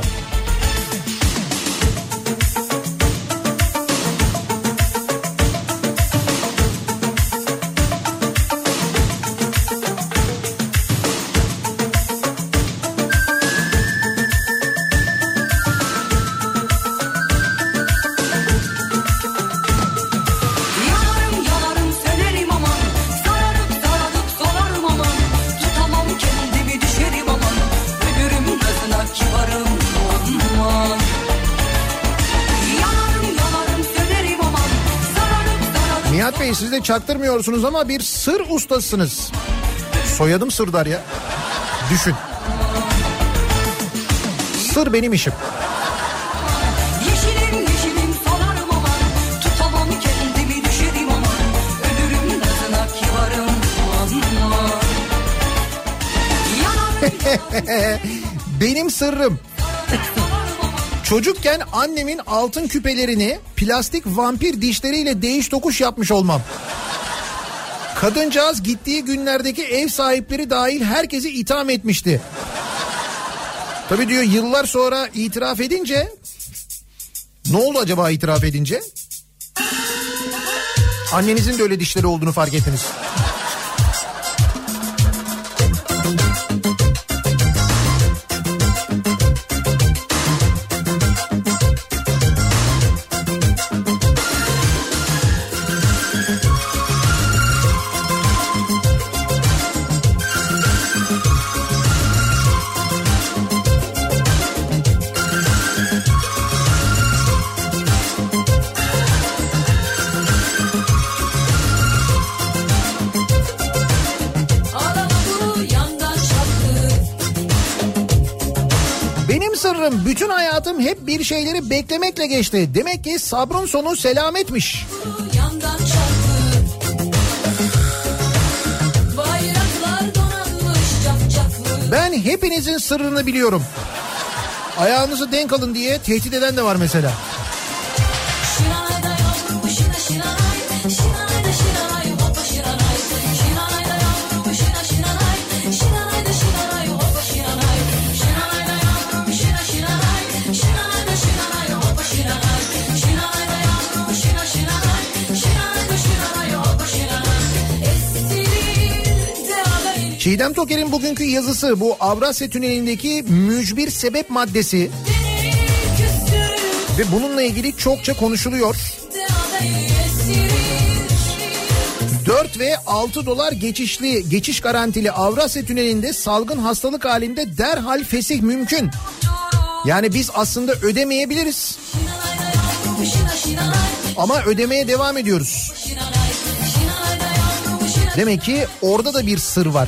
Murat Bey siz de çaktırmıyorsunuz ama bir sır ustasısınız. Soyadım Sırdar ya. Düşün. Sır benim işim. Yeşilim yeşilim solarım aman, tutamam kendimi düşerim aman, ölürüm nazına kibarım aman. Benim sırrım. Çocukken annemin altın küpelerini plastik vampir dişleriyle değiş tokuş yapmış olmam. Kadıncağız gittiği günlerdeki ev sahipleri dahil herkesi itham etmişti. Tabii diyor yıllar sonra itiraf edince... Ne oldu acaba itiraf edince? Annenizin de öyle dişleri olduğunu fark ettiniz. Bütün hayatım hep bir şeyleri beklemekle geçti. Demek ki sabrın sonu selametmiş. Ben hepinizin sırrını biliyorum. Ayağınızı denk alın diye tehdit eden de var mesela. Çiğdem Toker'in bugünkü yazısı bu Avrasya Tüneli'ndeki mücbir sebep maddesi ve bununla ilgili çokça konuşuluyor. 4 ve 6 dolar geçiş garantili Avrasya Tüneli'nde salgın hastalık halinde derhal fesih mümkün. Yani biz aslında ödemeyebiliriz ama ödemeye devam ediyoruz. Demek ki orada da bir sır var.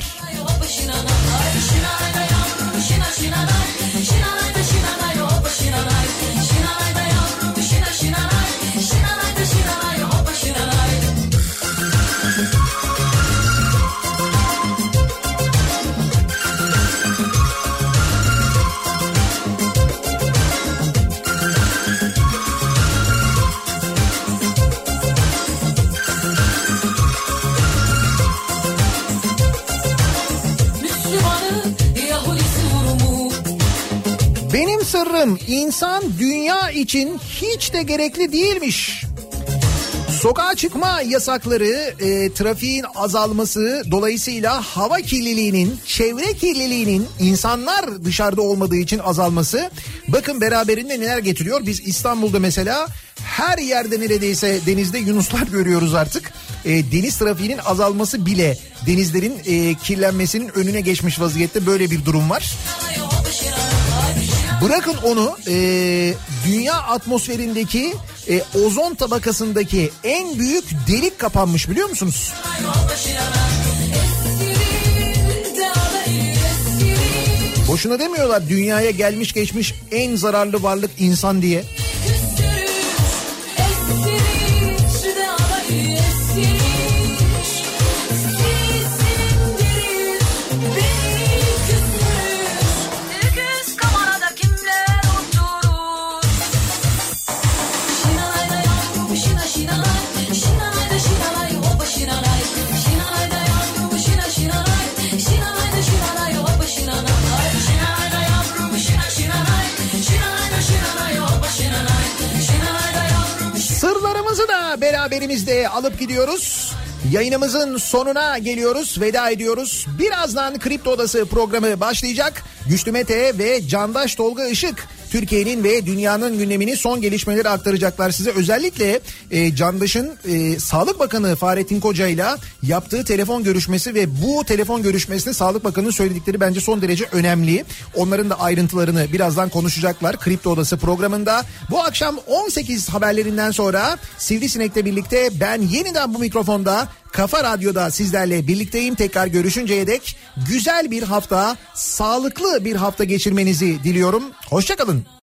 Benim sırrım insan dünya için hiç de gerekli değilmiş. Sokağa çıkma yasakları, trafiğin azalması, dolayısıyla hava kirliliğinin, çevre kirliliğinin insanlar dışarıda olmadığı için azalması bakın beraberinde neler getiriyor. Biz İstanbul'da mesela her yerde neredeyse denizde yunuslar görüyoruz artık. Deniz trafiğinin azalması bile denizlerin kirlenmesinin önüne geçmiş vaziyette, böyle bir durum var. Bırakın onu, dünya atmosferindeki ozon tabakasındaki en büyük delik kapanmış, biliyor musunuz? Boşuna demiyorlar dünyaya gelmiş geçmiş en zararlı varlık insan diye. Beraberimizde alıp gidiyoruz. Yayınımızın sonuna geliyoruz, veda ediyoruz. Birazdan Kripto Odası programı başlayacak. Güçlü Mete ve Candaş Tolga Işık Türkiye'nin ve dünyanın gündemini, son gelişmeleri aktaracaklar size. Özellikle Candaş'ın Sağlık Bakanı Fahrettin Koca ile yaptığı telefon görüşmesi ve bu telefon görüşmesinde Sağlık Bakanı'nın söyledikleri bence son derece önemli. Onların da ayrıntılarını birazdan konuşacaklar Kripto Odası programında. Bu akşam 18 haberlerinden sonra Sivrisinek'le birlikte ben yeniden bu mikrofonda Kafa Radyo'da sizlerle birlikteyim. Tekrar görüşünceye dek güzel bir hafta, sağlıklı bir hafta geçirmenizi diliyorum. Hoşça kalın.